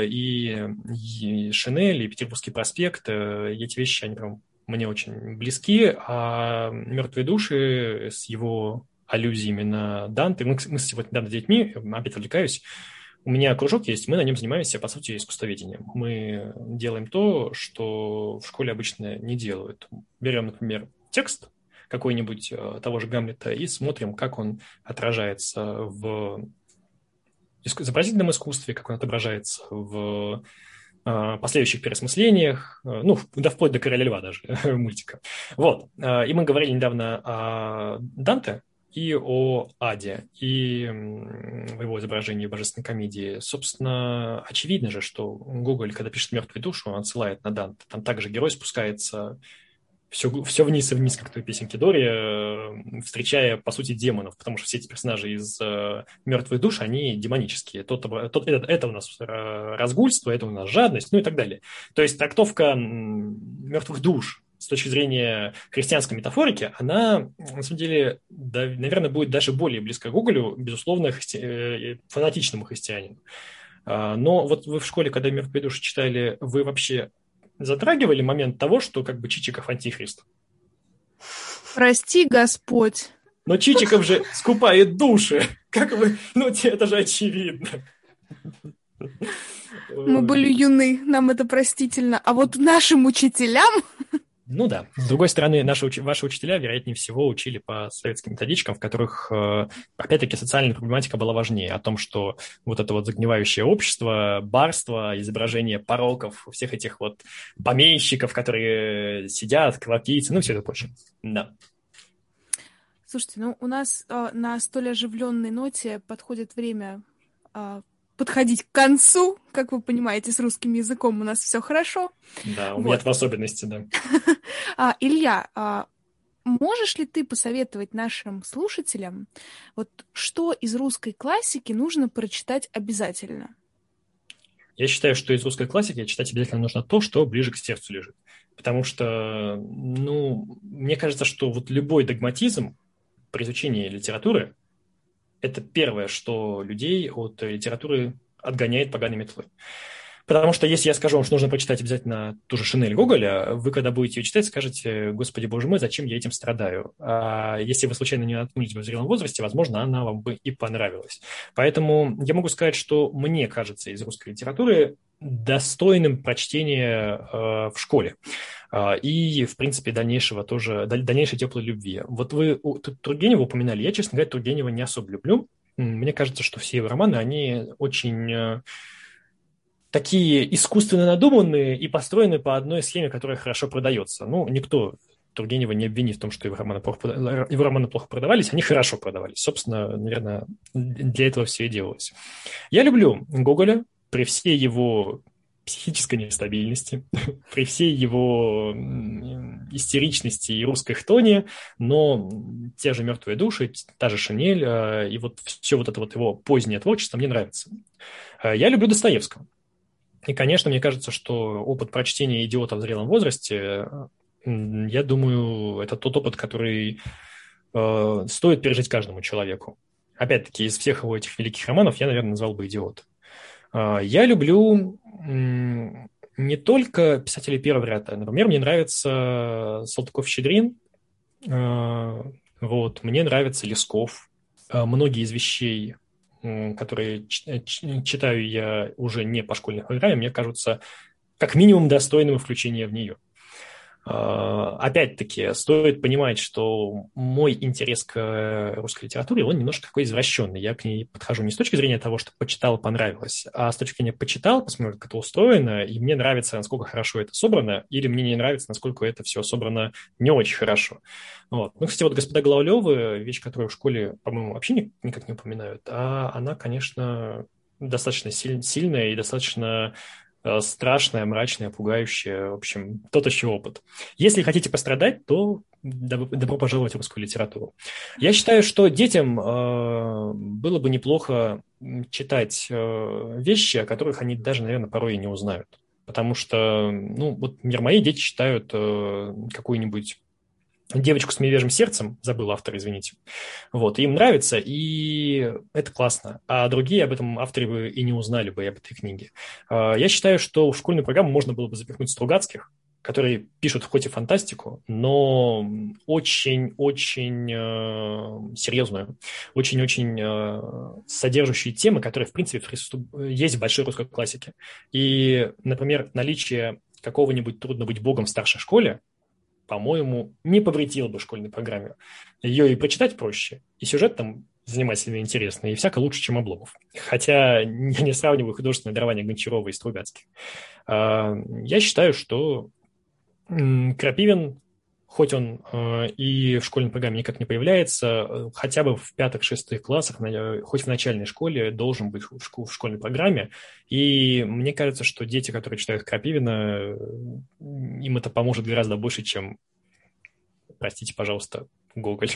и «Шинель», и «Петербургский проспект», эти вещи, они прям мне очень близки, а «Мертвые души» с его аллюзиями на Данте, мы кстати, вот недавно с детьми, опять отвлекаюсь, у меня кружок есть, мы на нем занимаемся, по сути, искусствоведением. Мы делаем то, что в школе обычно не делают. Берем, например, текст какой-нибудь того же Гамлета и смотрим, как он отражается в изобразительном искусстве, как он отображается в последующих переосмыслениях, ну, да вплоть до «Короля льва» даже, мультика. Вот. И мы говорили недавно о Данте и о Аде, и в его изображении божественной комедии. Собственно, очевидно же, что Гоголь, когда пишет «Мертвую душу», он отсылает на Данте. Там также герой спускается все вниз и вниз, как в той песенке Дори, встречая, по сути, демонов, потому что все эти персонажи из «Мертвых душ», они демонические. Это у нас разгульство, это у нас жадность, ну и так далее. То есть трактовка «Мертвых душ» с точки зрения христианской метафорики, она, на самом деле, да, наверное, будет даже более близка к Гоголю, безусловно, фанатичному христианину. Но вот вы в школе, когда «Мертвые души» читали, вы вообще затрагивали момент того, что как бы Чичиков антихрист? Прости, Господь. Но Чичиков же скупает души. Как вы... Ну, это же очевидно. Мы были юны, нам это простительно. А вот нашим учителям... Ну да. С другой стороны, ваши учителя, вероятнее всего, учили по советским методичкам, в которых, опять-таки, социальная проблематика была важнее. О том, что вот это вот загнивающее общество, барство, изображение пороков, всех этих вот помещиков, которые сидят, квартирцы, ну все это прочее. Да. Слушайте, ну у нас на столь оживленной ноте подходит время подходить к концу. Как вы понимаете, с русским языком у нас все хорошо. Да, у меня в особенности, да. Илья, можешь ли ты посоветовать нашим слушателям, вот что из русской классики нужно прочитать обязательно? Я считаю, что из русской классики читать обязательно нужно то, что ближе к сердцу лежит. Потому что, мне кажется, что вот любой догматизм при изучении литературы – это первое, что людей от литературы отгоняет поганой метлой. Потому что если я скажу вам, что нужно прочитать обязательно ту же Шинель Гоголя, вы, когда будете ее читать, скажете: «Господи, боже мой, зачем я этим страдаю?» А если вы случайно не наткнулись бы в зрелом возрасте, возможно, она вам бы и понравилась. Поэтому я могу сказать, что мне кажется из русской литературы достойным прочтения в школе и, в принципе, дальнейшей теплой любви. Вот вы тут Тургенева упоминали. Я, честно говоря, Тургенева не особо люблю. Мне кажется, что все его романы, они очень такие искусственно надуманные и построены по одной схеме, которая хорошо продается. Никто Тургенева не обвинит в том, что его романы плохо продавались, они хорошо продавались. Собственно, наверное, для этого все и делалось. Я люблю Гоголя при всей его психической нестабильности, при всей его истеричности и русской хтоне, но те же «Мертвые души», та же «Шинель» и вот все вот это вот его позднее творчество мне нравится. Я люблю Достоевского. И, конечно, мне кажется, что опыт прочтения «Идиота» в зрелом возрасте, я думаю, это тот опыт, который стоит пережить каждому человеку. Опять-таки, из всех его этих великих романов я, наверное, назвал бы «Идиот». Я люблю не только писателей первого ряда. Например, мне нравится Салтыков-Щедрин, мне нравится Лесков. Многие из вещей, которые читаю я уже не по школьной программе, мне кажутся как минимум достойным включения в нее. Опять-таки, стоит понимать, что мой интерес к русской литературе, он немножко такой извращенный. Я к ней подхожу не с точки зрения того, что почитал, понравилось, а с точки зрения почитал, посмотрел, как это устроено, и мне нравится, насколько хорошо это собрано, или мне не нравится, насколько это все собрано не очень хорошо. Кстати, «Господа Головлёвы», вещь, которую в школе, по-моему, вообще никак не упоминают, а она, конечно, достаточно сильная и достаточно страшная, мрачная, пугающая. В общем, тот еще опыт. Если хотите пострадать, то добро пожаловать в русскую литературу. Я считаю, что детям было бы неплохо читать вещи, о которых они даже, наверное, порой и не узнают. Потому что, например, мои дети читают какую-нибудь «Девочку с медвежьим сердцем», забыл автора, извините. Им нравится, и это классно. А другие об этом авторе бы и не узнали бы об этой книге. Я считаю, что в школьную программу можно было бы запихнуть Стругацких, которые пишут хоть и фантастику, но очень-очень серьезную, очень-очень содержащие темы, которые, в принципе, есть в большой русской классике. И, например, наличие какого-нибудь «Трудно быть богом» в старшей школе, по-моему, не повредило бы школьной программе. Ее и прочитать проще, и сюжет там занимательный и интересный, и всяко лучше, чем Обломов. Хотя я не сравниваю художественное дарование Гончарова и Стругацких. Я считаю, что Крапивин, хоть он и в школьной программе никак не появляется, хотя бы в 5-6 классах, хоть в начальной школе, должен быть в школьной программе. И мне кажется, что дети, которые читают Крапивина, им это поможет гораздо больше, чем, простите, пожалуйста, Гоголь.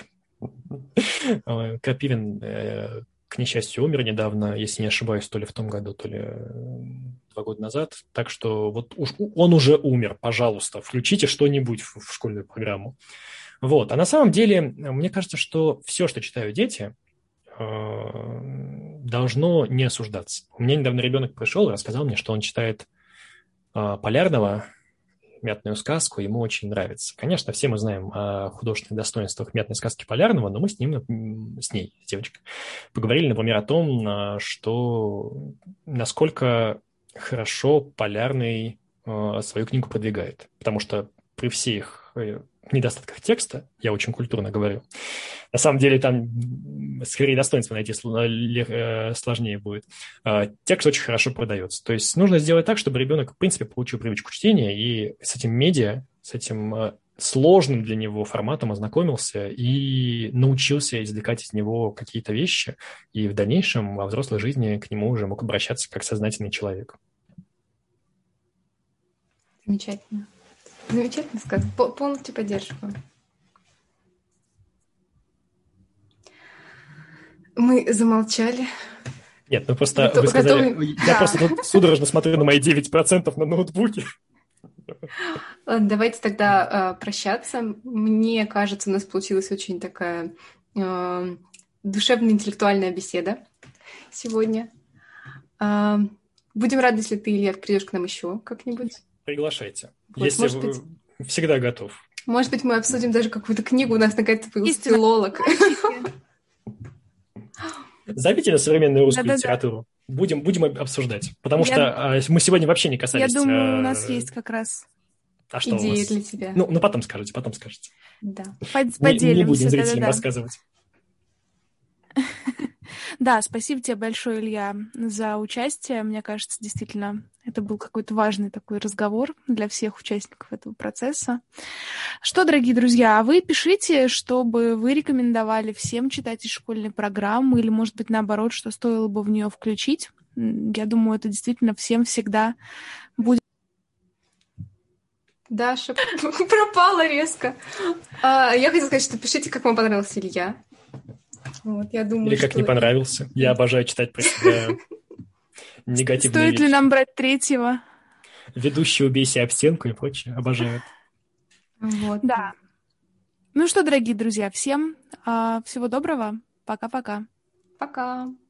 Крапивин, к несчастью, умер недавно, если не ошибаюсь, то ли в том году, то ли 2 года назад. Так что вот он уже умер, пожалуйста, включите что-нибудь в школьную программу. А на самом деле, мне кажется, что все, что читают дети, должно не осуждаться. У меня недавно ребенок пришел и рассказал мне, что он читает Полярного, «Мятную сказку», ему очень нравится. Конечно, все мы знаем о художественных достоинствах «Мятной сказки» Полярного, но мы с ней, с девочкой, поговорили, например, о том, что насколько хорошо Полярный свою книгу продвигает. Потому что при всех недостатках текста, я очень культурно говорю, на самом деле там скорее достоинство найти сложнее будет. Текст очень хорошо продается. То есть нужно сделать так, чтобы ребенок, в принципе, получил привычку чтения и с этим медиа, с этим сложным для него форматом ознакомился и научился извлекать из него какие-то вещи, и в дальнейшем во взрослой жизни к нему уже мог обращаться как сознательный человек. Замечательно. Замечательно сказано. Полностью поддерживаю. Мы замолчали. Нет, ну просто вы сказали... Я просто тут судорожно смотрю на мои 9% на ноутбуке. Ладно, давайте тогда прощаться. Мне кажется, у нас получилась очень такая душевно-интеллектуальная беседа сегодня. Будем рады, если ты, Илья, придешь к нам еще как-нибудь. Приглашайте. Вот, если всегда готов. Может быть, мы обсудим даже какую-то книгу. У нас наконец-то появился филолог. Зовите на современную русскую литературу. Будем обсуждать. Потому что мы сегодня вообще не касались... Я думаю, у нас есть как раз идеи для тебя. Ну, потом скажете. Да. Поделимся. Не будем зрителям рассказывать. Да, спасибо тебе большое, Илья, за участие. Мне кажется, действительно, это был какой-то важный такой разговор для всех участников этого процесса. Что, дорогие друзья, вы пишите, чтобы вы рекомендовали всем читать из школьной программы или, может быть, наоборот, что стоило бы в нее включить. Я думаю, это действительно всем всегда будет... Даша пропала резко. Я хотела сказать, что пишите, как вам понравился Илья. Вот, я думаю, или как не понравился. Я обожаю читать про себя негативные вещи. Стоит ли нам брать третьего? Ведущий «Убейся об стенку» и прочее. Обожаю. Вот. Да. Ну что, дорогие друзья, всем всего доброго. Пока-пока. Пока.